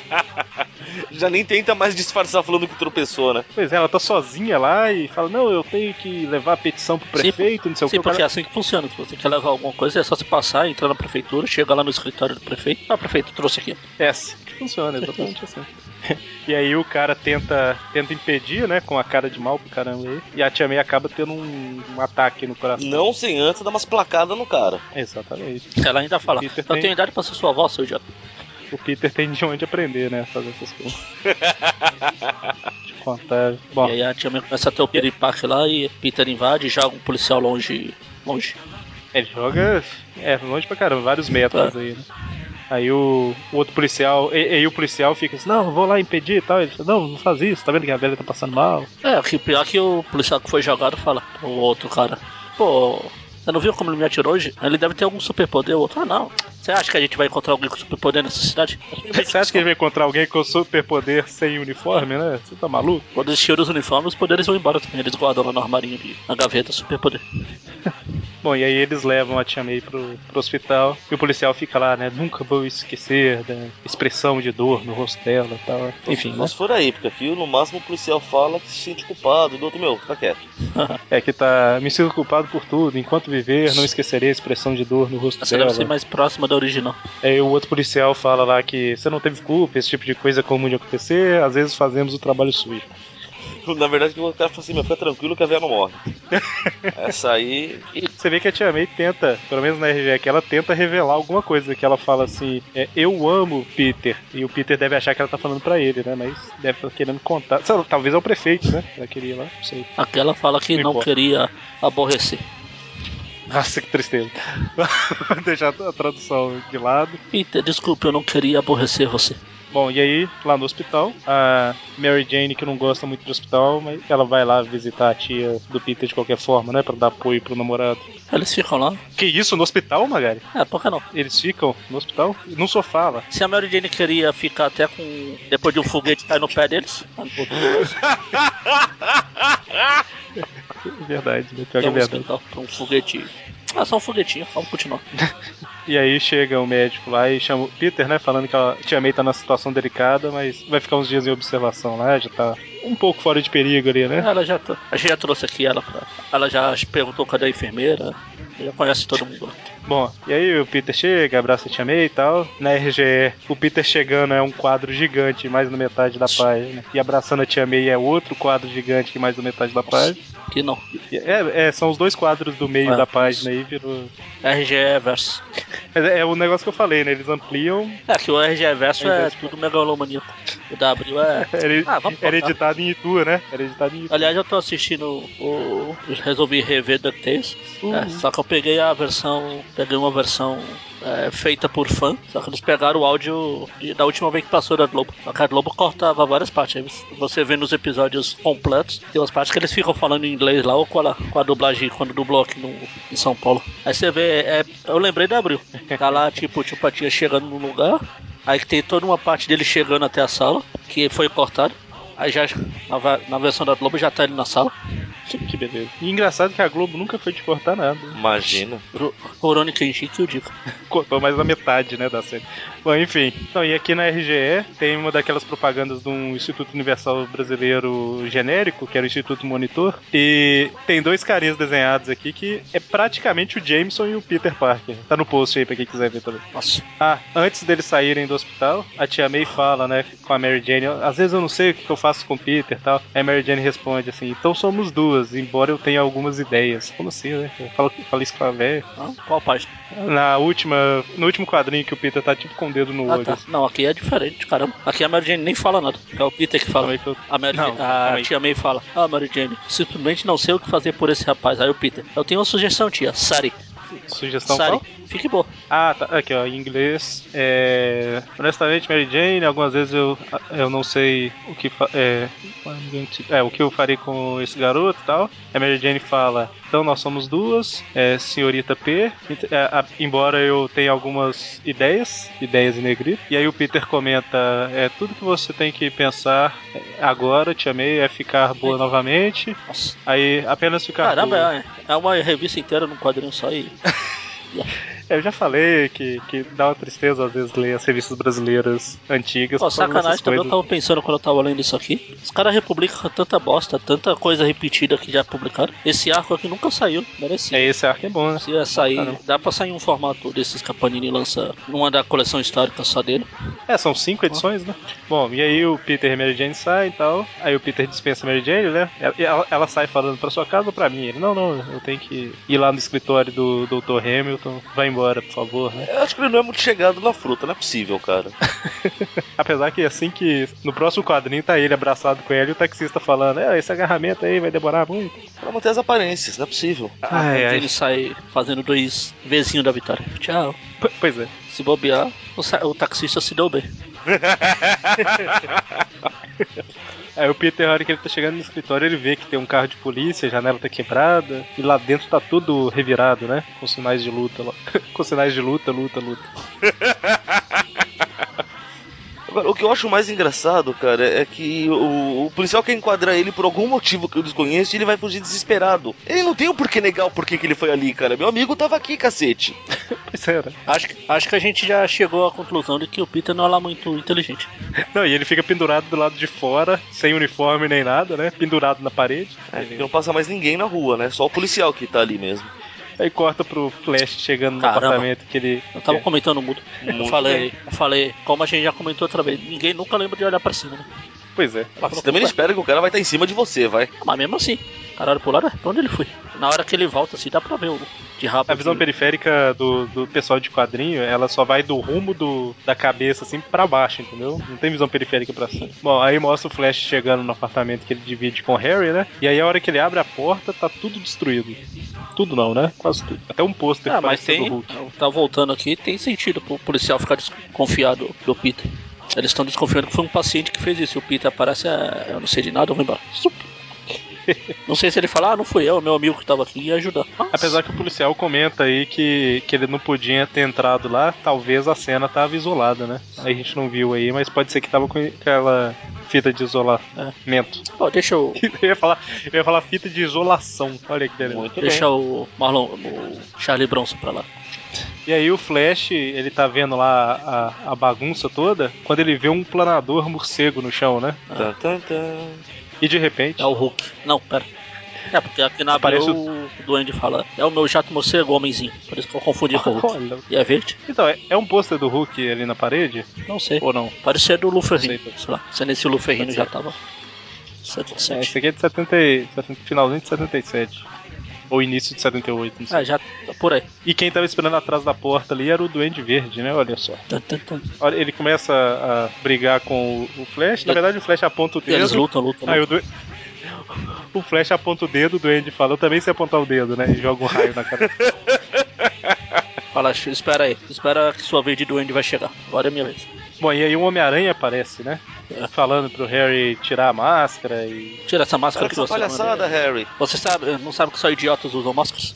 Já nem tenta mais disfarçar falando que tropeçou, né? Pois é, ela tá sozinha lá e fala, não, eu tenho que levar a petição pro prefeito, não sei o que. Sim, O porque é cara... assim que funciona. Se você quer levar alguma coisa, é só você passar, entrar na prefeitura, chega lá no escritório do prefeito. Ah, prefeito, trouxe aqui. É assim que funciona, exatamente assim. E aí o cara tenta, tenta impedir, né, com a cara de mal pro caramba aí, e a Tia May acaba tendo um, um ataque no coração. Não sem antes dar umas placadas no cara. Exatamente. Ela ainda fala, Peter eu tem- tenho idade pra ser sua avó, seu idiota. O Peter tem de onde aprender, né, fazer essas coisas. Te contar. Bom, E aí a tia May começa a ter o piripaque lá e Peter invade e joga um policial longe. Longe. ele joga é, longe pra caramba, vários metros É. aí, né? Aí o, o outro policial, e, aí o policial fica assim, não, eu vou lá impedir e tal. Ele fala, não, não faz isso, tá vendo que a velha tá passando mal? É, o que pior que o policial que foi jogado fala pro outro cara, pô, você não viu como ele me atirou hoje? Ele deve ter algum superpoder. O outro, ah não. Você acha que a gente vai encontrar alguém com superpoder nessa cidade? Você acha que ele vai encontrar alguém com superpoder sem uniforme, né? Você tá maluco? Quando eles tiram os uniformes, os poderes vão embora também. Eles guardam lá no armarinho de, na gaveta superpoder. Bom, e aí eles levam a Tia May pro, pro hospital e o policial fica lá, né? Nunca vou esquecer da expressão de dor no rosto dela e tal. Enfim, Só né? se for aí, porque aqui no máximo o policial fala que se sente culpado, do outro, meu, fica quieto. É que tá. Me sinto culpado por tudo. Enquanto viver, não esquecerei a expressão de dor no rosto Essa dela. deve ser mais próxima da original. Aí o outro policial fala lá que você não teve culpa, esse tipo de coisa é comum de acontecer, às vezes fazemos o trabalho sujo. Na verdade, o cara fala assim, meu, fica tranquilo que a velha não morre. Essa aí. E você vê que a Tia May tenta, pelo menos na R G aqui, ela tenta revelar alguma coisa, que ela fala assim, é, eu amo Peter, e o Peter deve achar que ela tá falando pra ele, né, mas deve estar querendo contar, sei lá, talvez é o prefeito, né, ela queria lá, não sei. Aquela fala que Não não, importa. queria aborrecer. Nossa, que tristeza. Vou deixar a tradução de lado. Peter, desculpe, eu não queria aborrecer você. Bom, e aí, lá no hospital, a Mary Jane, que não gosta muito do hospital, mas ela vai lá visitar a tia do Peter de qualquer forma, né? Pra dar apoio pro namorado. Eles ficam lá. Que isso, no hospital, Magari? É, por que não? Eles ficam no hospital? No sofá lá. Se a Mary Jane queria ficar até com. Depois de um foguete cair no pé deles. Verdade, né? Pior que Tem é um verdade. hospital pra um foguete. Ah, só um foguetinho, vamos continuar. E aí chega o médico lá e chama o Peter, né? Falando que a tia May tá numa situação delicada, mas vai ficar uns dias em observação lá, já tá um pouco fora de perigo ali, né? Ela já, to- a gente já trouxe aqui ela pra. Ela já perguntou cadê a enfermeira. Já conhece todo mundo lá. Bom, e aí o Peter chega, abraça a tia May e tal. Na R G E, o Peter chegando é um quadro gigante, mais na metade da página. E abraçando a tia May é outro quadro gigante, que mais na metade da página. Que não. E É, é, são os dois quadros do meio É, da página aí, virou. R G E verso. Mas é, é o negócio que eu falei, né? Eles ampliam. É que o R G E verso Ao é invés de- tudo megalomaníaco. O W é. Era, Ah, vamos era cortar. editado em Itu, né? Era editado em Itu. Aliás, eu tô assistindo o. eu resolvi rever DuckTales. Uh. É, só que eu peguei a versão. Peguei uma versão é, feita por fã. Só que eles pegaram o áudio de- da última vez que passou da Globo. Só que a Globo cortava várias partes. Aí você- você vê nos episódios completos. Tem umas partes que eles ficam falando em inglês lá ou com a, com a dublagem quando dublou aqui no, em São Paulo. Aí você vê. É, eu lembrei da Abril. Tá lá, tipo, o tio Patinha chegando no lugar. Aí que tem toda uma parte dele chegando até a sala. Que foi cortado. Aí já na, va- na versão da Globo já tá ele na sala. Que beleza. E engraçado que a Globo nunca foi de cortar nada. Imagina. Ro- Rurouni Kenshin que eu digo. Cortou mais da metade, né, da série. Bom, enfim. Então, e aqui na R G E tem uma daquelas propagandas de um Instituto Universal Brasileiro genérico, que era o Instituto Monitor. E tem dois carinhas desenhados aqui que é praticamente o Jameson e o Peter Parker. Tá no post aí pra quem quiser ver também. Nossa. Ah, antes deles saírem do hospital, a tia May fala, né, com a Mary Jane, às vezes eu não sei o que eu faço com o Peter e tal. Aí a Mary Jane responde assim, então somos duas, embora eu tenha algumas ideias. Como assim, né? Fala, fala isso com a véia. Ah, qual página? Na última, no último quadrinho que o Peter tá tipo com o dedo no Ah, olho. tá. Assim. Não, aqui é diferente, caramba. Aqui a Mary Jane nem fala nada. É o Peter que fala. Calma aí que eu- A, Mary Não, Jane- calma a aí. tia May fala: Ah, Mary Jane, simplesmente não sei o que fazer por esse rapaz. Aí o Peter: Eu tenho uma sugestão, tia. Sari. Sugestão Sari. qual? Fique boa. Ah, tá. Aqui, ó, em inglês. É... Honestamente, Mary Jane, algumas vezes eu, eu não sei o que fa... é... é, o que eu farei com esse garoto e tal. A Mary Jane fala, então nós somos duas, é, senhorita P, é, a, embora eu tenha algumas ideias, ideias em negrito. E aí o Peter comenta, é, tudo que você tem que pensar agora, te amei, é ficar boa novamente. Nossa. Aí apenas ficar Caramba, boa. é, é uma revista inteira num quadrinho só e. Eu já falei que, que dá uma tristeza às vezes ler as revistas brasileiras antigas Pô, por causa dessas sacanagem também, eu coisas. tava pensando quando eu tava lendo isso aqui. Os caras republicam tanta bosta, tanta coisa repetida que já publicaram. Esse arco aqui nunca saiu, merecia. É, esse arco é bom, né? Se ia sair, dá pra sair um formato desses que a Panini lança numa da coleção histórica só dele. É, são cinco edições, né? Bom, e aí o Peter e a Mary Jane saem e tal. Aí o Peter dispensa a Mary Jane, né? Ela, ela sai falando pra sua casa ou pra mim? Ele, não, não, eu tenho que ir lá no escritório do doutor Hamilton. Vai embora, por favor, né? Eu acho que ele não é muito chegado na fruta, não é possível, cara. Apesar que assim que no próximo quadrinho tá ele abraçado com ela e o taxista falando, é, esse agarramento aí vai demorar muito. Pra manter as aparências, não é possível. A Ai, Mary ai. Jane sai fazendo dois vizinhos da vitória. Tchau. P- Pois é. Se bobear, o, sa- o taxista se deu bem. Aí o Peter, na hora que ele tá chegando no escritório, ele vê que tem um carro de polícia, a janela tá quebrada, e lá dentro tá tudo revirado, né? Com sinais de luta lá. Com sinais de luta, luta, luta. Agora, o que eu acho mais engraçado, cara, é que o, o policial quer enquadrar ele por algum motivo que eu desconheço e ele vai fugir desesperado. Ele não tem o porquê negar o porquê que ele foi ali, cara. Meu amigo tava aqui, cacete. Pois é, né? Acho, que- acho que a gente já chegou à conclusão de que o Peter não é lá muito inteligente. Não, e ele fica pendurado do lado de fora, sem uniforme nem nada, né? Pendurado na parede. É, porque não passa mais ninguém na rua, né? Só o policial que tá ali mesmo. Aí corta pro Flash chegando no Caramba. apartamento que ele. Eu tava que- comentando no mudo. Eu Muito falei, bem. eu falei, como a gente já comentou outra vez, ninguém nunca lembra de olhar pra cima, né? Pois é. Mas você também não espera que o cara vai estar em cima de você, vai. Mas mesmo assim, caralho, pro lado, pra onde ele foi? Na hora que ele volta, assim, dá pra ver o de rabo. A visão de... periférica do, do pessoal de quadrinho, ela só vai do rumo do, da cabeça, assim, pra baixo, entendeu? Não tem visão periférica pra cima. Bom, aí mostra o Flash chegando no apartamento que ele divide com o Harry, né? E aí a hora que ele abre a porta, tá tudo destruído. Tudo não, né? Quase tudo. Até um pôster Ah, que mas parece ser do tem. Hulk. Tá voltando aqui, tem sentido pro policial ficar desconfiado do Peter. Eles estão desconfiando que foi um paciente que fez isso. E o Peter aparece, ah, eu não sei de nada, eu vou embora. Sup. Não sei se ele fala, ah, não fui eu, meu amigo que tava aqui ia ajudar. Mas... Apesar que o policial comenta aí que, que ele não podia ter entrado lá, talvez a cena tava isolada, né? Aí a gente não viu aí, mas pode ser que tava com aquela fita de isolamento. Ó, deixa eu. Eu ia falar, eu ia falar fita de isolação. Olha que beleza. Muito Deixa bem. o Marlon, o Charlie Bronson pra lá. E aí o Flash, ele tá vendo lá a, a bagunça toda, quando ele vê um planador morcego no chão, né? Tan, tan, tan. E de repente... É o Hulk. Não, pera. É, porque aqui na Aparece Abril o... o Duende fala, é o meu jato morcego homenzinho. Por isso que eu confundi com o Hulk. Olha. E é verde? Então, é, é um pôster do Hulk ali na parede? Não sei. Ou não? Parecia do Luferrino. Não sei, Sei lá. Se nesse Luferrino Pode já ser. tava. setenta e É, esse sete. aqui é de setenta, e- setenta, finalzinho de setenta e sete. Ou início de setenta e oito, não sei. É, já tá por aí. E quem tava esperando atrás da porta ali era o Duende Verde, né? Olha só. Tan, tan, tan. Olha, ele começa a brigar com o o Flash. Na E- verdade, o Flash aponta o E eles dedo. lutam, lutam, Aí o, lutam. du... o Flash aponta o dedo, o Duende fala, eu também sei apontar o dedo, né? E joga um raio na cara. Fala, espera aí. Espera que sua vez de Duende vai chegar. Agora é minha vez. Bom, e aí o Homem-Aranha aparece, né? É. Falando pro Harry tirar a máscara e... Tira essa máscara Para que com essa você palhaçada, manda. Harry. Você sabe, não sabe que só idiotas usam máscaras?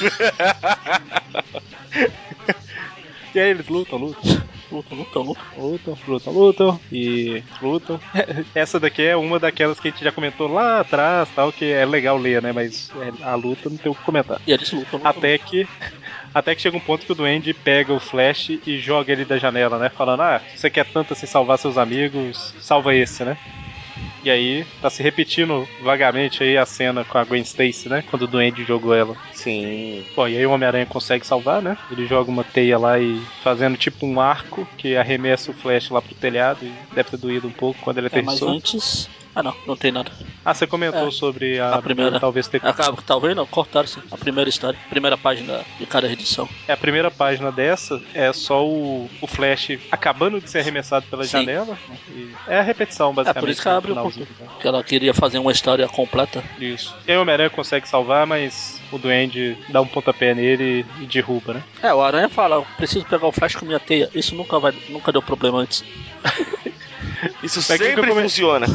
E aí eles lutam, lutam. Lutam, lutam, lutam. Lutam, lutam, lutam e lutam. Essa daqui é uma daquelas que a gente já comentou lá atrás, tal, que é legal ler, né? Mas é, a luta não tem o que comentar. E eles lutam, lutam. Até que, até que chega um ponto que o Duende pega o Flash e joga ele da janela, né? Falando, ah, se você quer tanto assim salvar seus amigos, salva esse, né? E aí, tá se repetindo vagamente aí a cena com a Gwen Stacy, né? Quando o Duende jogou ela. Sim. Bom, e aí o Homem-Aranha consegue salvar, né? Ele joga uma teia lá e fazendo tipo um arco que arremessa o Flash lá pro telhado e deve ter doído um pouco quando ele É, mas aterrissou. antes. Ah, não, não tem nada. Ah, você comentou É, sobre A a primeira. talvez ter... Acaba, talvez não, cortaram sim. A primeira história. Primeira página de cada edição. É, a primeira página dessa é só o, o Flash acabando de ser arremessado pela Sim. janela. E é a repetição, É, basicamente. por isso que no ela abriu o finalzinho. portão. Porque ela queria fazer uma história completa. Isso. E aí o Homem-Aranha consegue salvar, mas o Duende dá um pontapé nele e derruba, né? É, o Aranha fala, eu preciso pegar o Flash com minha teia. Isso nunca vai, nunca deu problema antes. Isso Mas que que eu sempre come- funciona.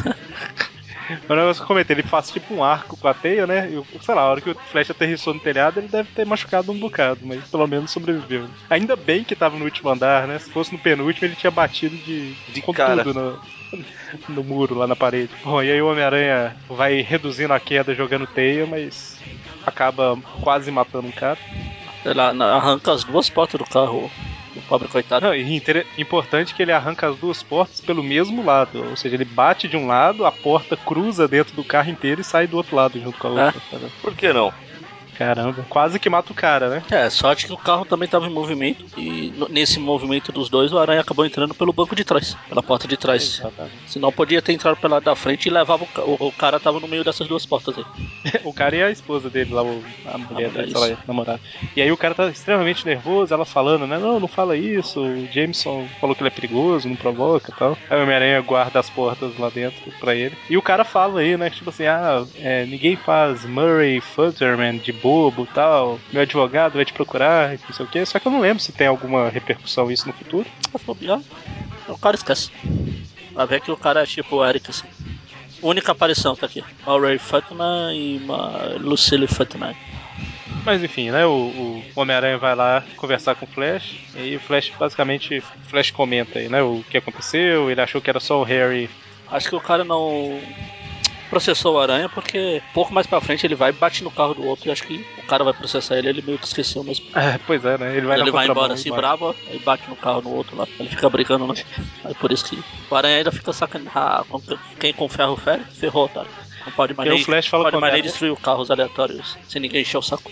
O negócio que eu comentei, ele faz tipo um arco com a teia, né? E, sei lá, a hora que o Flash aterrissou no telhado, ele deve ter machucado um bocado, mas pelo menos sobreviveu. Né? Ainda bem que tava no último andar, né? Se fosse no penúltimo, ele tinha batido de, De com cara. tudo no, no muro, lá na parede. Bom, e aí o Homem-Aranha vai reduzindo a queda jogando teia, mas acaba quase matando um cara. Ela na- arranca as duas portas do carro do pobre coitado. Não, e inter- importante que ele arranca as duas portas pelo mesmo lado. Ou seja, ele bate de um lado, a porta cruza dentro do carro inteiro e sai do outro lado junto com a outra. Cara. Por que não? Caramba, quase que mata o cara, né? É, sorte que o carro também estava em movimento. E no- nesse movimento dos dois, o Aranha acabou entrando pelo banco de trás, pela porta de trás. Exatamente. Senão podia ter entrado pela da frente e levava o, ca- o, o cara tava no meio dessas duas portas aí. O cara e a esposa dele lá, o- a mulher mulher, dele, sei lá, isso. a namorada. E aí o cara tá extremamente nervoso, ela falando, né? Não, não fala isso, o Jameson falou que ele é perigoso, não provoca e tal. Aí o Homem-Aranha guarda as portas lá dentro pra ele. E o cara fala aí, né? Tipo assim, ah, é, ninguém faz Murray Futterman de bobo e tal. Meu advogado vai te procurar, não sei o quê. Só que eu não lembro se tem alguma repercussão isso no futuro. Mas bobear, o cara esquece. Vai ver que o cara é tipo o Eric, assim. Única aparição tá aqui. Murray Futman e uma Lucille Futman. Mas enfim, né? O, o Homem-Aranha vai lá conversar com o Flash. E aí o Flash, basicamente, o Flash comenta aí, né? O que aconteceu. Ele achou que era só o Harry. Acho que o cara não processou o Aranha porque pouco mais pra frente ele vai e bate no carro do outro e acho que o cara vai processar ele, ele meio que esqueceu mesmo. É, pois é, né? Ele vai Ele na vai contramão embora e assim, bate. bravo, aí bate no carro no outro lá. Ele fica brincando, né? Aí por isso que o Aranha ainda fica sacaneando. Ah, quem com ferro fere, ferrou, otário. Não pode mais E aí nem, o Flash fala pode com o mais nem Homem-Aranha. destruir os carros aleatórios sem ninguém encher o saco.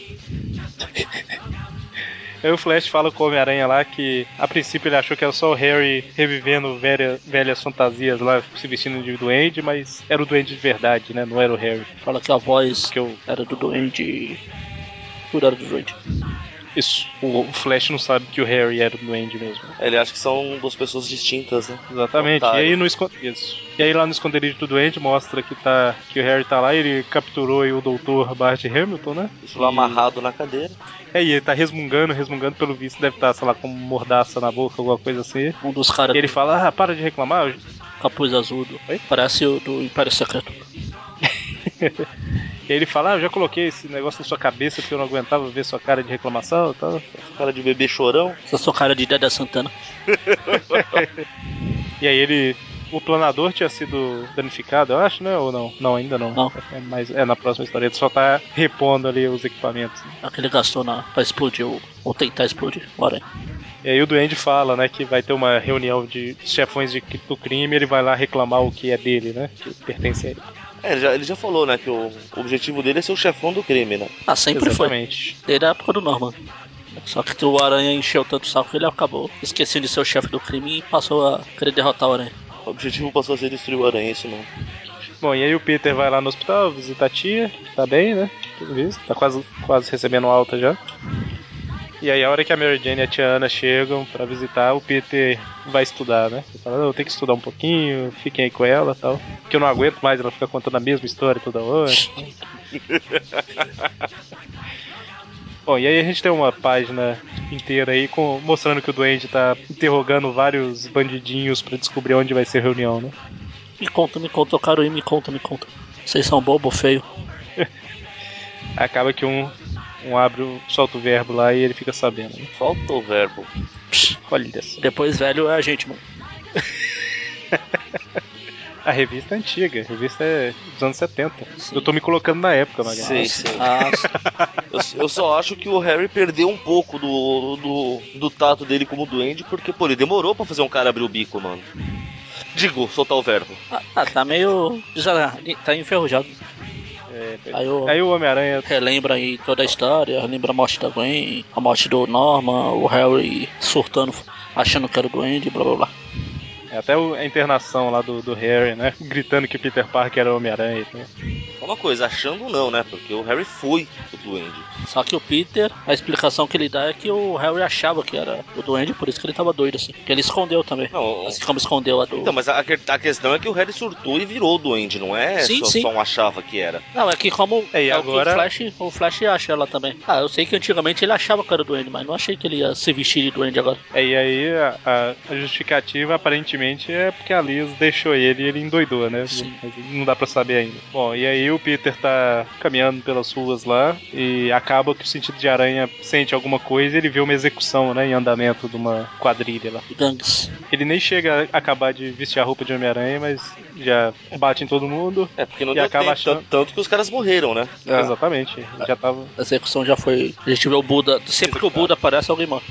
Aí o Flash fala com o Homem-Aranha lá que, a princípio, ele achou que era só o Harry revivendo velha, velhas fantasias lá, se vestindo de duende, mas era o duende de verdade, né? Não era o Harry. Fala que a voz Porque o. era do Duende. Tudo era do Duende. Isso. O Flash não sabe que o Harry era o duende mesmo. Ele acha que são duas pessoas distintas, né? Exatamente. E Otário. aí no escon... Isso. E aí lá no esconderijo do Duende mostra que tá que o Harry tá lá, ele capturou aí o doutor Bart Hamilton, né? Isso lá E- amarrado na cadeira. É, e ele tá resmungando, resmungando pelo visto, deve estar, sei lá, com mordaça na boca, alguma coisa assim. Um dos caras E ele do fala, ah, para de reclamar. eu- capuz azul do... Oi? Parece o do Império Secreto. E aí ele fala, ah, eu já coloquei esse negócio na sua cabeça porque eu não aguentava ver sua cara de reclamação e tal. Essa cara de bebê chorão. Essa sua cara de Dedé Santana. E aí ele o planador tinha sido danificado, eu acho, né? Ou não? Não, ainda não. Não. É, mas é na próxima história. Ele só tá repondo ali os equipamentos. Né? Aquele gastou na, pra explodir ou, ou tentar explodir o aranha. E aí o Duende fala, né, que vai ter uma reunião de chefões de, do crime e ele vai lá reclamar o que é dele, né? Que pertence a ele. É, ele já, ele já falou, né, que o, o objetivo dele é ser o chefão do crime, né? Ah, sempre Exatamente. foi. Desde a época do Norman. Só que o aranha encheu tanto o saco que ele acabou esquecendo de ser o chefe do crime e passou a querer derrotar o aranha. O objetivo passou a ser destruir o aranha, isso não. Bom, e aí o Peter vai lá no hospital, visita a tia, que tá bem, né? Pelo visto, tá quase, quase recebendo alta já. E aí a hora que a Mary Jane e a tia Ana chegam pra visitar, o Peter vai estudar, né? Ele fala, eu tenho que estudar um pouquinho, fiquem aí com ela e tal. Porque eu não aguento mais ela ficar contando a mesma história toda hora. Bom, e aí a gente tem uma página inteira aí com, mostrando que o Duende tá interrogando vários bandidinhos pra descobrir onde vai ser a reunião, né? Me conta, me conta, eu quero ir, me conta, me conta. Vocês são bobo ou feio? Acaba que um, um abre, o- solta o verbo lá e ele fica sabendo, né? Falta o verbo. Psh, Olha só. depois velho é a gente, mano. A revista é antiga, a revista é dos anos setenta. Sim. Eu tô me colocando na época, Magal. Sei, sei. Ah, sim. Eu, eu só acho que o Harry perdeu um pouco do, do, do tato dele como duende, porque, pô, ele demorou pra fazer um cara abrir o bico, mano. Digo, soltar o verbo. Ah, ah, tá meio. desa- tá enferrujado. É, Aí eu aí o Homem-Aranha. relembra aí toda a história, relembra a morte da Gwen, a morte do Norman, o Harry surtando, achando que era o Duende, blá blá blá. É, até o- a internação lá do, do Harry, né? Gritando que o Peter Parker era o Homem-Aranha. Então. Só uma coisa, achando não, né? Porque o Harry foi o duende. Só que o Peter, a explicação que ele dá é que o Harry achava que era o Duende, por isso que ele tava doido assim. Que ele escondeu também. Não, Assim como escondeu a do. então, mas a, a questão é que o Harry surtou e virou o duende, não é Sim, só, sim. só um achava que era. Não, é que como É, e é o que agora- o Flash, o Flash acha ela também. Ah, eu sei que antigamente ele achava que era o Duende, mas não achei que ele ia se vestir de Duende agora. É, e aí a, a- a justificativa aparentemente é porque a Liz deixou ele e ele endoidou, né? Sim. Mas não dá pra saber ainda. Bom, e aí o Peter tá caminhando pelas ruas lá e acaba que o sentido de aranha sente alguma coisa e ele vê uma execução, né, em andamento de uma quadrilha lá. De gangues. Ele nem chega a acabar de vestir a roupa de Homem-Aranha, mas já bate em todo mundo. É, porque não E deu acaba tempo, achando- tanto, tanto que os caras morreram, né? Exatamente, ele já tava. A execução já foi. A gente vê o Buda. Sempre que o Buda aparece, alguém morre.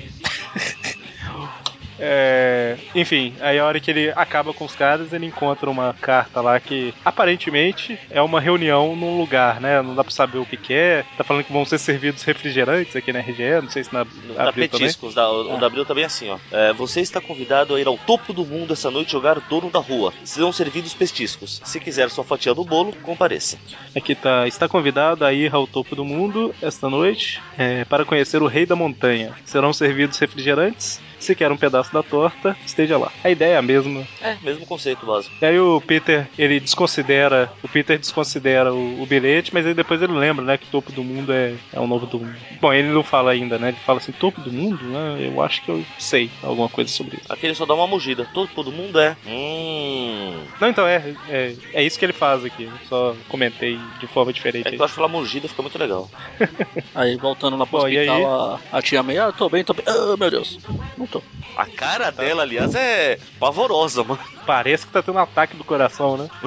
É, enfim, aí a hora que ele acaba com os caras, ele encontra uma carta lá que aparentemente é uma reunião num lugar, né? Não dá pra saber o que, que é. Tá falando que vão ser servidos refrigerantes aqui na R G E, não sei se na Da Abril também. Petiscos, da, o, Ah. o W também é assim, ó. É, você está convidado a ir ao topo do mundo essa noite jogar dono da rua. Serão servidos petiscos. Se quiser sua fatia do bolo, compareça. Aqui tá, está convidado a ir ao topo do mundo esta noite é, para conhecer o Rei da Montanha. Serão servidos refrigerantes. Se quer um pedaço da torta, esteja lá. A ideia é a mesma. É, mesmo conceito básico. E aí o Peter, ele desconsidera, o Peter desconsidera o, o bilhete, mas aí depois ele lembra, né, que topo do mundo é, é um novo do mundo. Bom, ele não fala ainda, né, ele fala assim, topo do mundo? Né, eu acho que eu sei alguma coisa sobre isso. Aqui ele só dá uma mugida. Todo mundo é. Hum. Não, então é, é, é isso que ele faz aqui, eu só comentei de forma diferente É aí. que eu acho que falar mugida fica muito legal. Aí voltando lá pro Bom, e aí? hospital, a, a tia May, ah, tô bem, tô bem. Ah, meu Deus. Não tô. A cara dela, aliás, é pavorosa, mano. Parece que tá tendo um ataque do coração, né?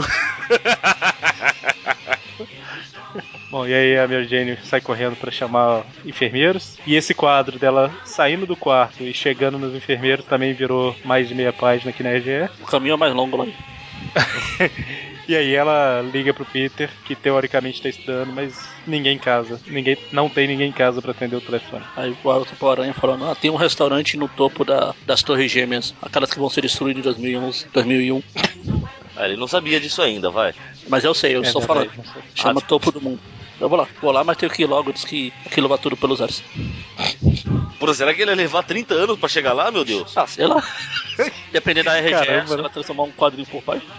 Bom, e aí a Mary Jane sai correndo pra chamar enfermeiros. E esse quadro dela saindo do quarto e chegando nos enfermeiros também virou mais de meia página aqui na R G E. O caminho é mais longo lá. E aí ela liga pro Peter, que teoricamente tá estudando, mas ninguém em casa. Ninguém, não tem ninguém em casa pra atender o telefone. Aí volta pro Aranha falando, ah, tem um restaurante no topo da, das Torres Gêmeas, aquelas que vão ser destruídas em dois mil e onze, dois mil e um. Ah, ele não sabia disso ainda, vai. Mas eu sei, eu É estou verdade, falando. não sei. Chama Ah, Topo do Mundo. Eu vou lá, vou lá, mas tenho que ir logo, diz que aquilo vai tudo pelos ares. Pô, será que ele ia levar trinta anos pra chegar lá, meu Deus? Ah, sei lá. Dependendo da R G S, Caramba, se né? ela transformar um quadrinho por página.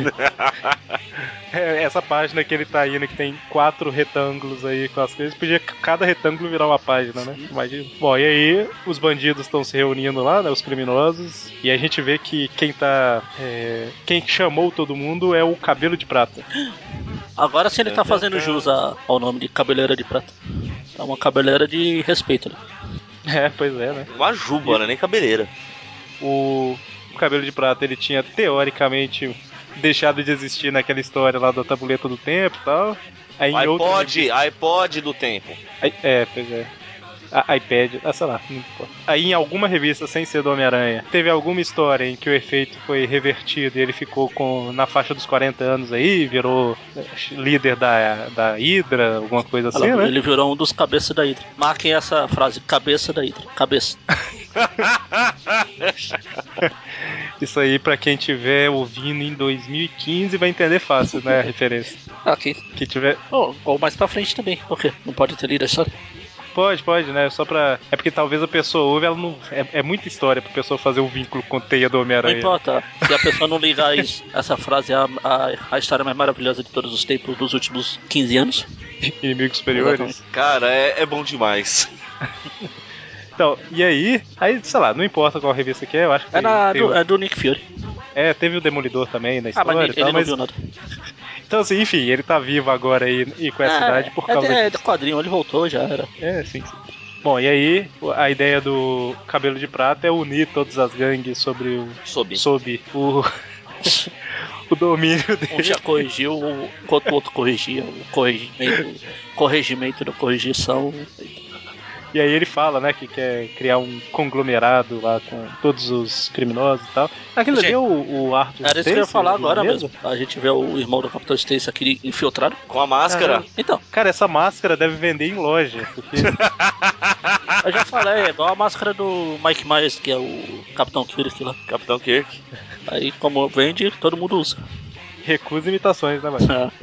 É, essa página que ele tá indo, que tem quatro retângulos aí com as coisas, podia cada retângulo virar uma página, né? Imagina. Bom, e aí os bandidos estão se reunindo lá, né? Os criminosos, e a gente vê que quem tá. É, quem chamou todo mundo é o Cabelo de Prata. Agora sim ele tá fazendo jus a- ao nome de Cabeleira de Prata. É uma cabeleira de respeito, né? É, pois é, né? Uma juba, né? Nem cabeleira. O Cabelo de Prata ele tinha teoricamente deixado de existir naquela história lá da tabuleta do tempo e tal. Aí em iPod, outra... iPod do tempo. Aí, é, pois é. A, iPad, ah, sei lá, não importa. Aí em alguma revista sem ser do Homem-Aranha, teve alguma história em que o efeito foi revertido e ele ficou com, na faixa dos quarenta anos aí, virou líder da, da Hydra, alguma coisa assim, Ela, né? Ele virou um dos cabeças da Hydra. Marquem essa frase, cabeça da Hydra. Cabeça. Isso aí, pra quem tiver ouvindo em dois mil e quinze, vai entender fácil, né, a referência. Aqui. Que tiver... Oh, ou mais pra frente também. Por quê? Não pode ter lido a história? Pode, pode, né? Só pra... É porque talvez a pessoa ouve, ela não... É, é muita história pra pessoa fazer o vínculo com teia do Não Homem-Aranha. importa. Se a pessoa não ligar isso, essa frase é a, a, a história mais maravilhosa de todos os tempos dos últimos quinze anos. Inimigos superiores. Exatamente. Cara, é, é bom demais. Então, e aí... Aí, sei lá, não importa qual revista que é, eu acho que É, na, tem do, o... é do Nick Fury. É, teve o Demolidor também na Ah, mas história ele, e tal, ele não mas... viu nada. Então, assim, enfim, ele tá vivo agora aí e com essa É, idade por é, causa é, é disso. do quadrinho, ele voltou, já era. É, sim, sim. Bom, e aí, a ideia do Cabelo de Prata é unir todas as gangues sobre o... Sob. Sob o... o domínio Um dele. já corrigiu, enquanto o outro corrigia. O corrigimento, corrigimento da corrigição. E aí ele fala, né, que quer criar um conglomerado lá com todos os criminosos e tal. Aquilo ali é Gente, o, o Arthur era isso que eu ia Stacy, falar o agora mesa? mesmo. A gente vê o irmão do Capitão Stacy aqui infiltrado. Com a máscara. Caramba. Então, Cara, essa máscara deve vender em loja, porque... eu já falei, é igual a máscara do Mike Myers, que é o Capitão Kirk lá. Capitão Kirk. Aí, como vende, todo mundo usa. Recusa imitações, né, velho? É.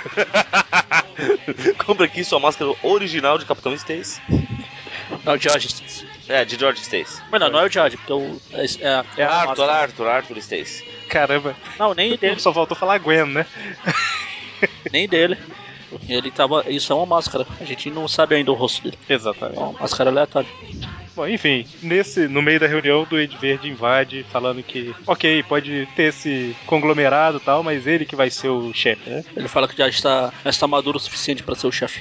Compra aqui sua máscara original de Capitão Stacy. É o George Stacy. É, de George Stacy. Mas não, não é o George, porque o, é, é a, É a Arthur, máscara. Arthur, Arthur Stacy. Caramba. Não, nem dele. Só faltou falar Gwen, né? Nem dele. Ele tava. Isso é uma máscara. A gente não sabe ainda o rosto dele. É Exatamente. uma máscara aleatória. Bom, enfim, nesse, no meio da reunião, o Duende Verde invade, falando que, ok, pode ter esse conglomerado e tal, mas ele que vai ser o chefe, né? Ele fala que já está, já está maduro o suficiente para ser o chefe.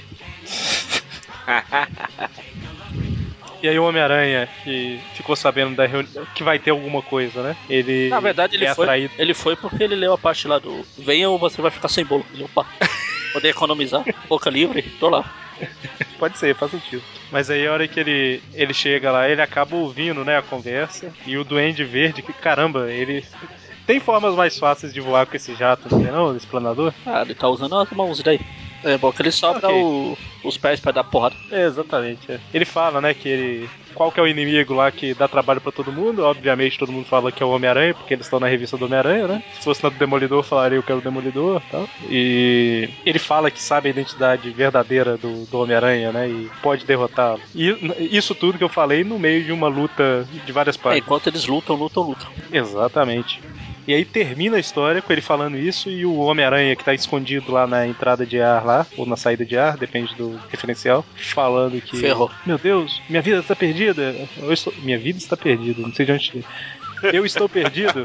E aí o Homem-Aranha, que ficou sabendo da reunião, que vai ter alguma coisa, né? Ele Na verdade, ele é foi, atraído. ele foi porque ele leu a parte lá do venha ou você vai ficar sem bolo. Ele, opa, poder economizar, boca livre, tô lá. Pode ser, faz sentido. Mas aí a hora que ele, ele chega lá, ele acaba ouvindo, né, a conversa. E o Duende Verde, que caramba, ele... Tem formas mais fáceis de voar com esse jato, não tem não? Esse planador? Ah, ele tá usando as mãos daí. É bom que ele sobra Ok. o, os pés pra dar porrada. É, exatamente. É. Ele fala, né, que ele... Qual que é o inimigo lá que dá trabalho pra todo mundo? Obviamente todo mundo fala que é o Homem-Aranha, porque eles estão na revista do Homem-Aranha, né? Se fosse na do Demolidor, falaria eu quero o Demolidor e tal. E ele fala que sabe a identidade verdadeira do, do Homem-Aranha, né? E pode derrotá-lo. E isso tudo que eu falei no meio de uma luta de várias É, páginas. enquanto eles lutam, lutam, lutam. Exatamente. E aí termina a história com ele falando isso e o Homem-Aranha que tá escondido lá na entrada de ar lá, ou na saída de ar, depende do referencial, falando que... Ferrou. Meu Deus, minha vida está perdida. Eu estou... Minha vida está perdida, não sei de onde... Eu estou perdido.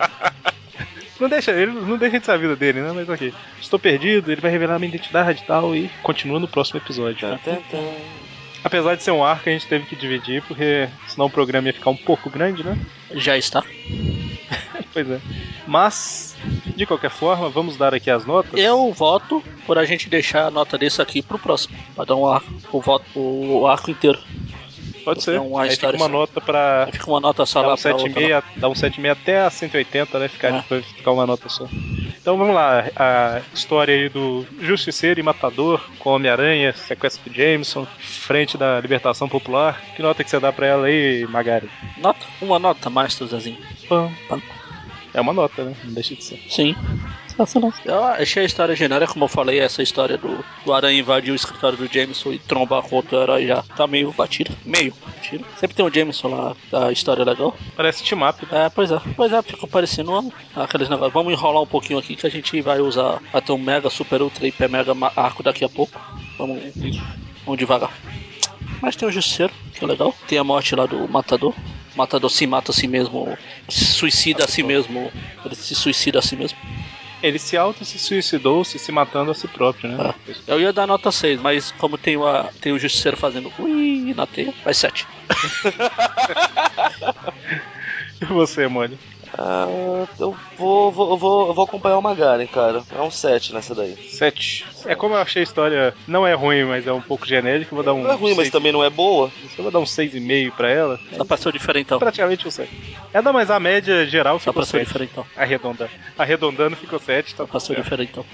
Não deixa, ele não deixa de ser a vida dele, né? Mas ok. Estou perdido, ele vai revelar minha identidade e tal, e continua no próximo episódio. Tan, tan, tan. Apesar de ser um arco, a gente teve que dividir, porque senão o programa ia ficar um pouco grande, né? Já está. Pois é. Mas, de qualquer forma, vamos dar aqui as notas. Eu voto por a gente deixar a nota desse aqui pro próximo. Pra dar um arco, o, voto, o arco inteiro. Pode ser. É uma Aí fica história uma só. nota pra Aí fica uma nota só dar lá um pra outra. Lá. sete vírgula cinco, dar um sete vírgula cinco até a cento e oitenta, né? Ficar, É. Depois ficar uma nota só. Então vamos lá. A história aí do Justiceiro e Matador com Homem-Aranha, sequestro do Jameson, frente da Libertação Popular. Que nota que você dá pra ela aí, Magari? Nota? Uma nota mais, Zezzinho. Pam. Pam. É uma nota, né? Não deixa de ser. Sim. Sensacional. Eu achei a história genérica, como eu falei, essa história do, do Aranha invadir o escritório do Jameson e trombar com outro herói já tá meio batida. Meio batida. Sempre tem o Jameson lá, da história legal. Parece team-up, né? É, pois é. Pois é, ficou parecendo uma, aqueles negócios. Vamos enrolar um pouquinho aqui que a gente vai usar até um mega, super, ultra, hiper, mega arco daqui a pouco. Vamos, vamos devagar. Mas tem o Justiceiro, que é legal. Tem a morte lá do Matador. O Matador se mata a si mesmo, se suicida a si mesmo. Ele se suicida a si mesmo. Ele se auto se suicidou, se, se matando a si próprio, né? Ah, eu ia dar nota seis, mas como tem o, tem o Justiceiro fazendo ui na teia, vai sete. E você, Mônio? Ah, eu vou, vou, eu vou, eu vou acompanhar o Magaren, cara. É um sete nessa daí. sete. É como eu achei a história não é ruim, mas é um pouco genérica, eu vou dar um Não é ruim, seis. mas também não é boa. Eu vou dar um seis e meio pra ela. Só passou diferentão. Praticamente um sete. É, não, mas a média geral Só ficou passou sete. diferentão. Arredondando. Arredondando ficou sete. Tá Só passou certo. diferentão.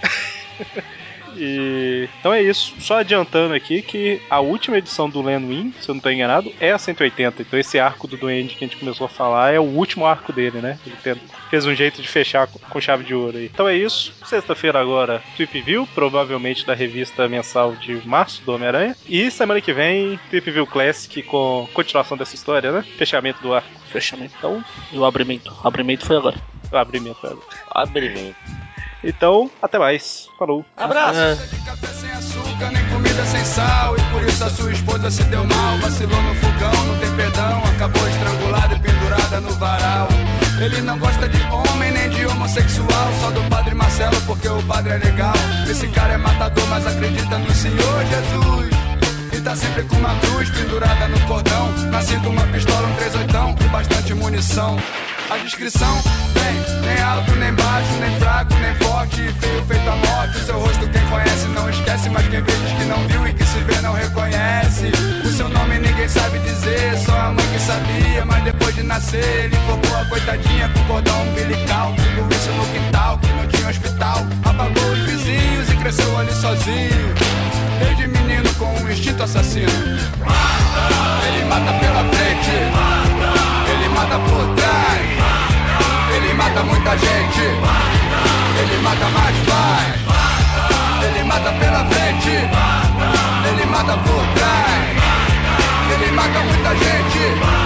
E... Então é isso. Só adiantando aqui que a última edição do Len Wein, se eu não estou enganado, é a cento e oitenta. Então esse arco do Duende que a gente começou a falar é o último arco dele, né? Ele tenta, fez um jeito de fechar com chave de ouro aí. Então é isso. Sexta-feira agora, Trip View, provavelmente da revista mensal de março do Homem-Aranha. E semana que vem, Trip View Classic com continuação dessa história, né? Fechamento do arco. Fechamento. Então, e o abrimento? O abrimento foi agora. O abrimento agora. Abrimento. Então, até mais. Falou. Abraço. É. De café sem açúcar, nem comida sem sal. E por isso a sua esposa se deu mal. Vacilou no fogão, não tem perdão. Acabou estrangulada e pendurada no varal. Ele não gosta de homem nem de homossexual. Só do Padre Marcelo porque o padre é legal. Esse cara é matador, mas acredita no Senhor Jesus. E tá sempre com uma cruz pendurada no cordão. Na cinta uma pistola, um três oitão e bastante munição. A descrição, bem, nem alto, nem baixo, nem fraco, nem forte, feio feito a morte. O seu rosto quem conhece não esquece, mas quem vê diz que não viu e que se vê não reconhece. O seu nome ninguém sabe dizer, só a mãe que sabia, mas depois de nascer ele enforcou a coitadinha com cordão umbilical. Tudo isso no quintal, que não tinha hospital. Apagou os vizinhos e cresceu ali sozinho, desde menino com um instinto assassino. Ele mata pela frente, ele mata por trás. Ele mata muita gente, ele mata mais vai. Ele mata pela frente, ele mata por trás. Ele mata muita gente,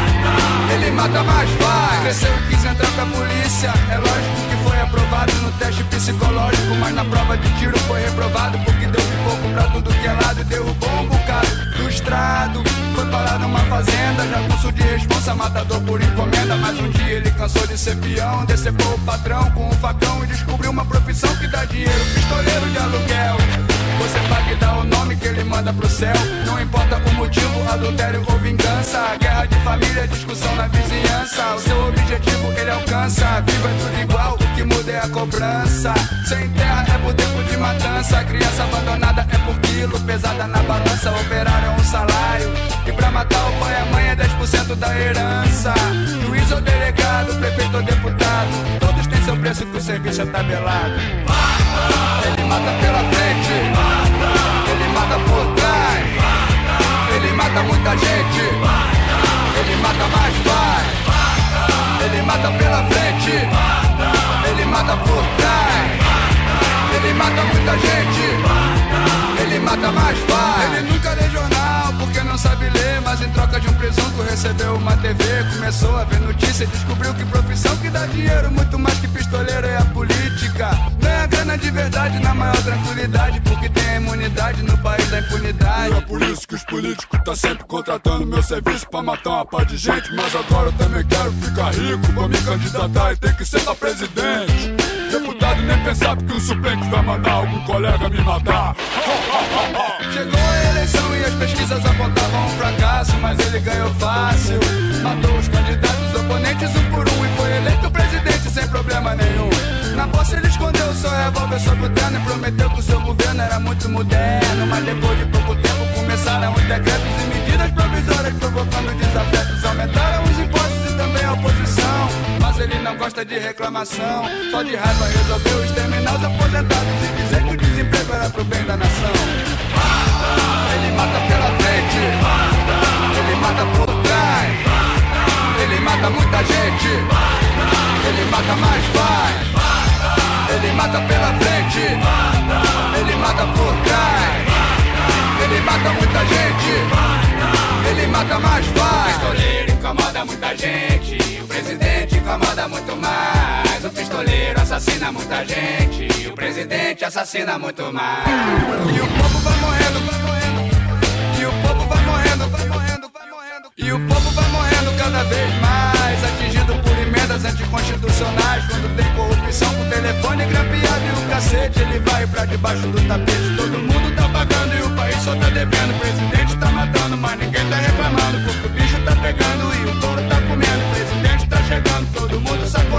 ele mata mais vai. Cresceu e quis entrar pra polícia, é lógico que foi aprovado no teste psicológico. Mas na prova de tiro foi reprovado, porque deu pipoco pra tudo que é lado. E derrubou um bocado frustrado. Foi parar numa fazenda, já curso de responsa, matador por encomenda. Mas um dia ele cansou de ser peão, decepou o patrão com um facão e descobriu uma profissão que dá dinheiro, pistoleiro de aluguel. Você paga e dá o nome que ele manda pro céu. Não importa o motivo, adultério ou vingança. Guerra de família, discussão na vizinhança. O seu objetivo ele alcança. Vivo é tudo igual, o que muda é a cobrança. Sem terra é boteco de matança. Criança abandonada é por quilo, pesada na balança. Operário é um salário, e pra matar o pai e a mãe é dez por cento da herança. Juiz ou delegado, prefeito ou deputado, todos têm seu preço que o serviço é tabelado. Ele mata pela frente, ele mata por trás. Ele mata muita gente, ele mata mais vai. Ele mata pela frente, ele mata por trás. Ele mata muita gente, ele mata mais vai. Ele nunca lê jornal porque não sabe ler, mas em troca de um presunto recebeu uma T V. Começou a ver notícia e descobriu que profissão que dá dinheiro muito mais que pistoleiro é a política. Ganha grana de verdade na maior tranquilidade, porque tem a imunidade no país da impunidade. E é por isso que os políticos tá sempre contratando meu serviço pra matar uma par de gente. Mas agora eu também quero ficar rico, vou me candidatar e tem que ser pra presidente. Deputado nem pensar porque um suplente vai mandar algum colega me matar. Chegou a eleição e as pesquisas apontavam um fracasso, mas ele ganhou fácil. Matou os candidatos oponentes um por um e foi eleito presidente sem problema nenhum. Na posse ele escondeu seu revólver sobre o terno e prometeu que o seu governo era muito moderno. Mas depois de pouco tempo começaram os decretos e medidas provisórias provocando desafetos. Aumentaram os impostos e também a oposição, mas ele não gosta de reclamação. Só de raiva resolveu exterminar os aposentados e dizer que o desemprego era pro bem da nação. Ele mata pela frente, ele mata por trás. Ele mata muita gente, ele mata mais vai. Ele mata pela frente, ele mata por trás. Ele mata muita gente, ele mata mais vai. O pistoleiro incomoda muita gente, o presidente incomoda muito mais. O pistoleiro assassina muita gente, o presidente assassina muito mais. E o povo vai morrendo, vai morrendo. E o povo vai morrendo, vai morrendo, vai morrendo. E o povo vai morrendo cada vez mais, atingido por emendas anticonstitucionais. Quando tem corrupção com telefone grampeado e o cacete, ele vai pra debaixo do tapete. Todo mundo tá pagando e o país só tá devendo. O presidente tá matando, mas ninguém tá reclamando, porque o bicho tá pegando e o touro tá comendo. O presidente tá chegando, todo mundo sacou.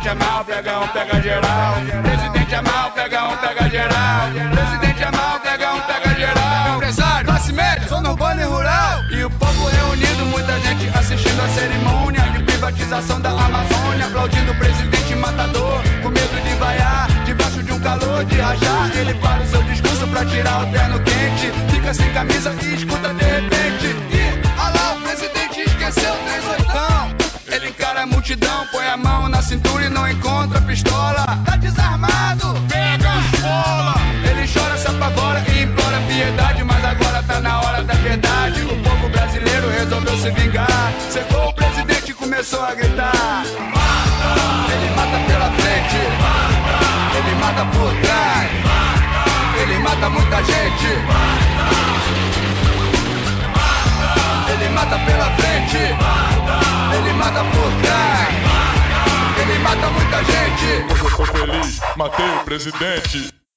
é mal, pega um, pega geral. Presidente é mal, pega um, pega geral. Presidente é mal, pega um, pega geral. Empresário, classe média, zona urbana e rural. E o povo reunido, muita gente assistindo a cerimônia de privatização da Amazônia, aplaudindo o presidente matador, com medo de vaiar, debaixo de um calor de rachar. Ele para o seu discurso pra tirar o terno quente, fica sem camisa e escuta de repente. E, ah lá, o presidente esqueceu o três oitão. Ele encara a multidão, põe a mão na cintura e não encontra a pistola. Tá desarmado, pega a escola. Ele chora, se apavora e implora piedade, mas agora tá na hora da verdade. O povo brasileiro resolveu se vingar, cercou o presidente e começou a gritar. Mata! Ele mata pela frente, mata! Ele mata por trás, mata! Ele mata muita gente, mata! Ele mata pela frente, mata! Ele mata por trás, mata! Ele mata muita gente. Hoje eu tô feliz, matei o presidente.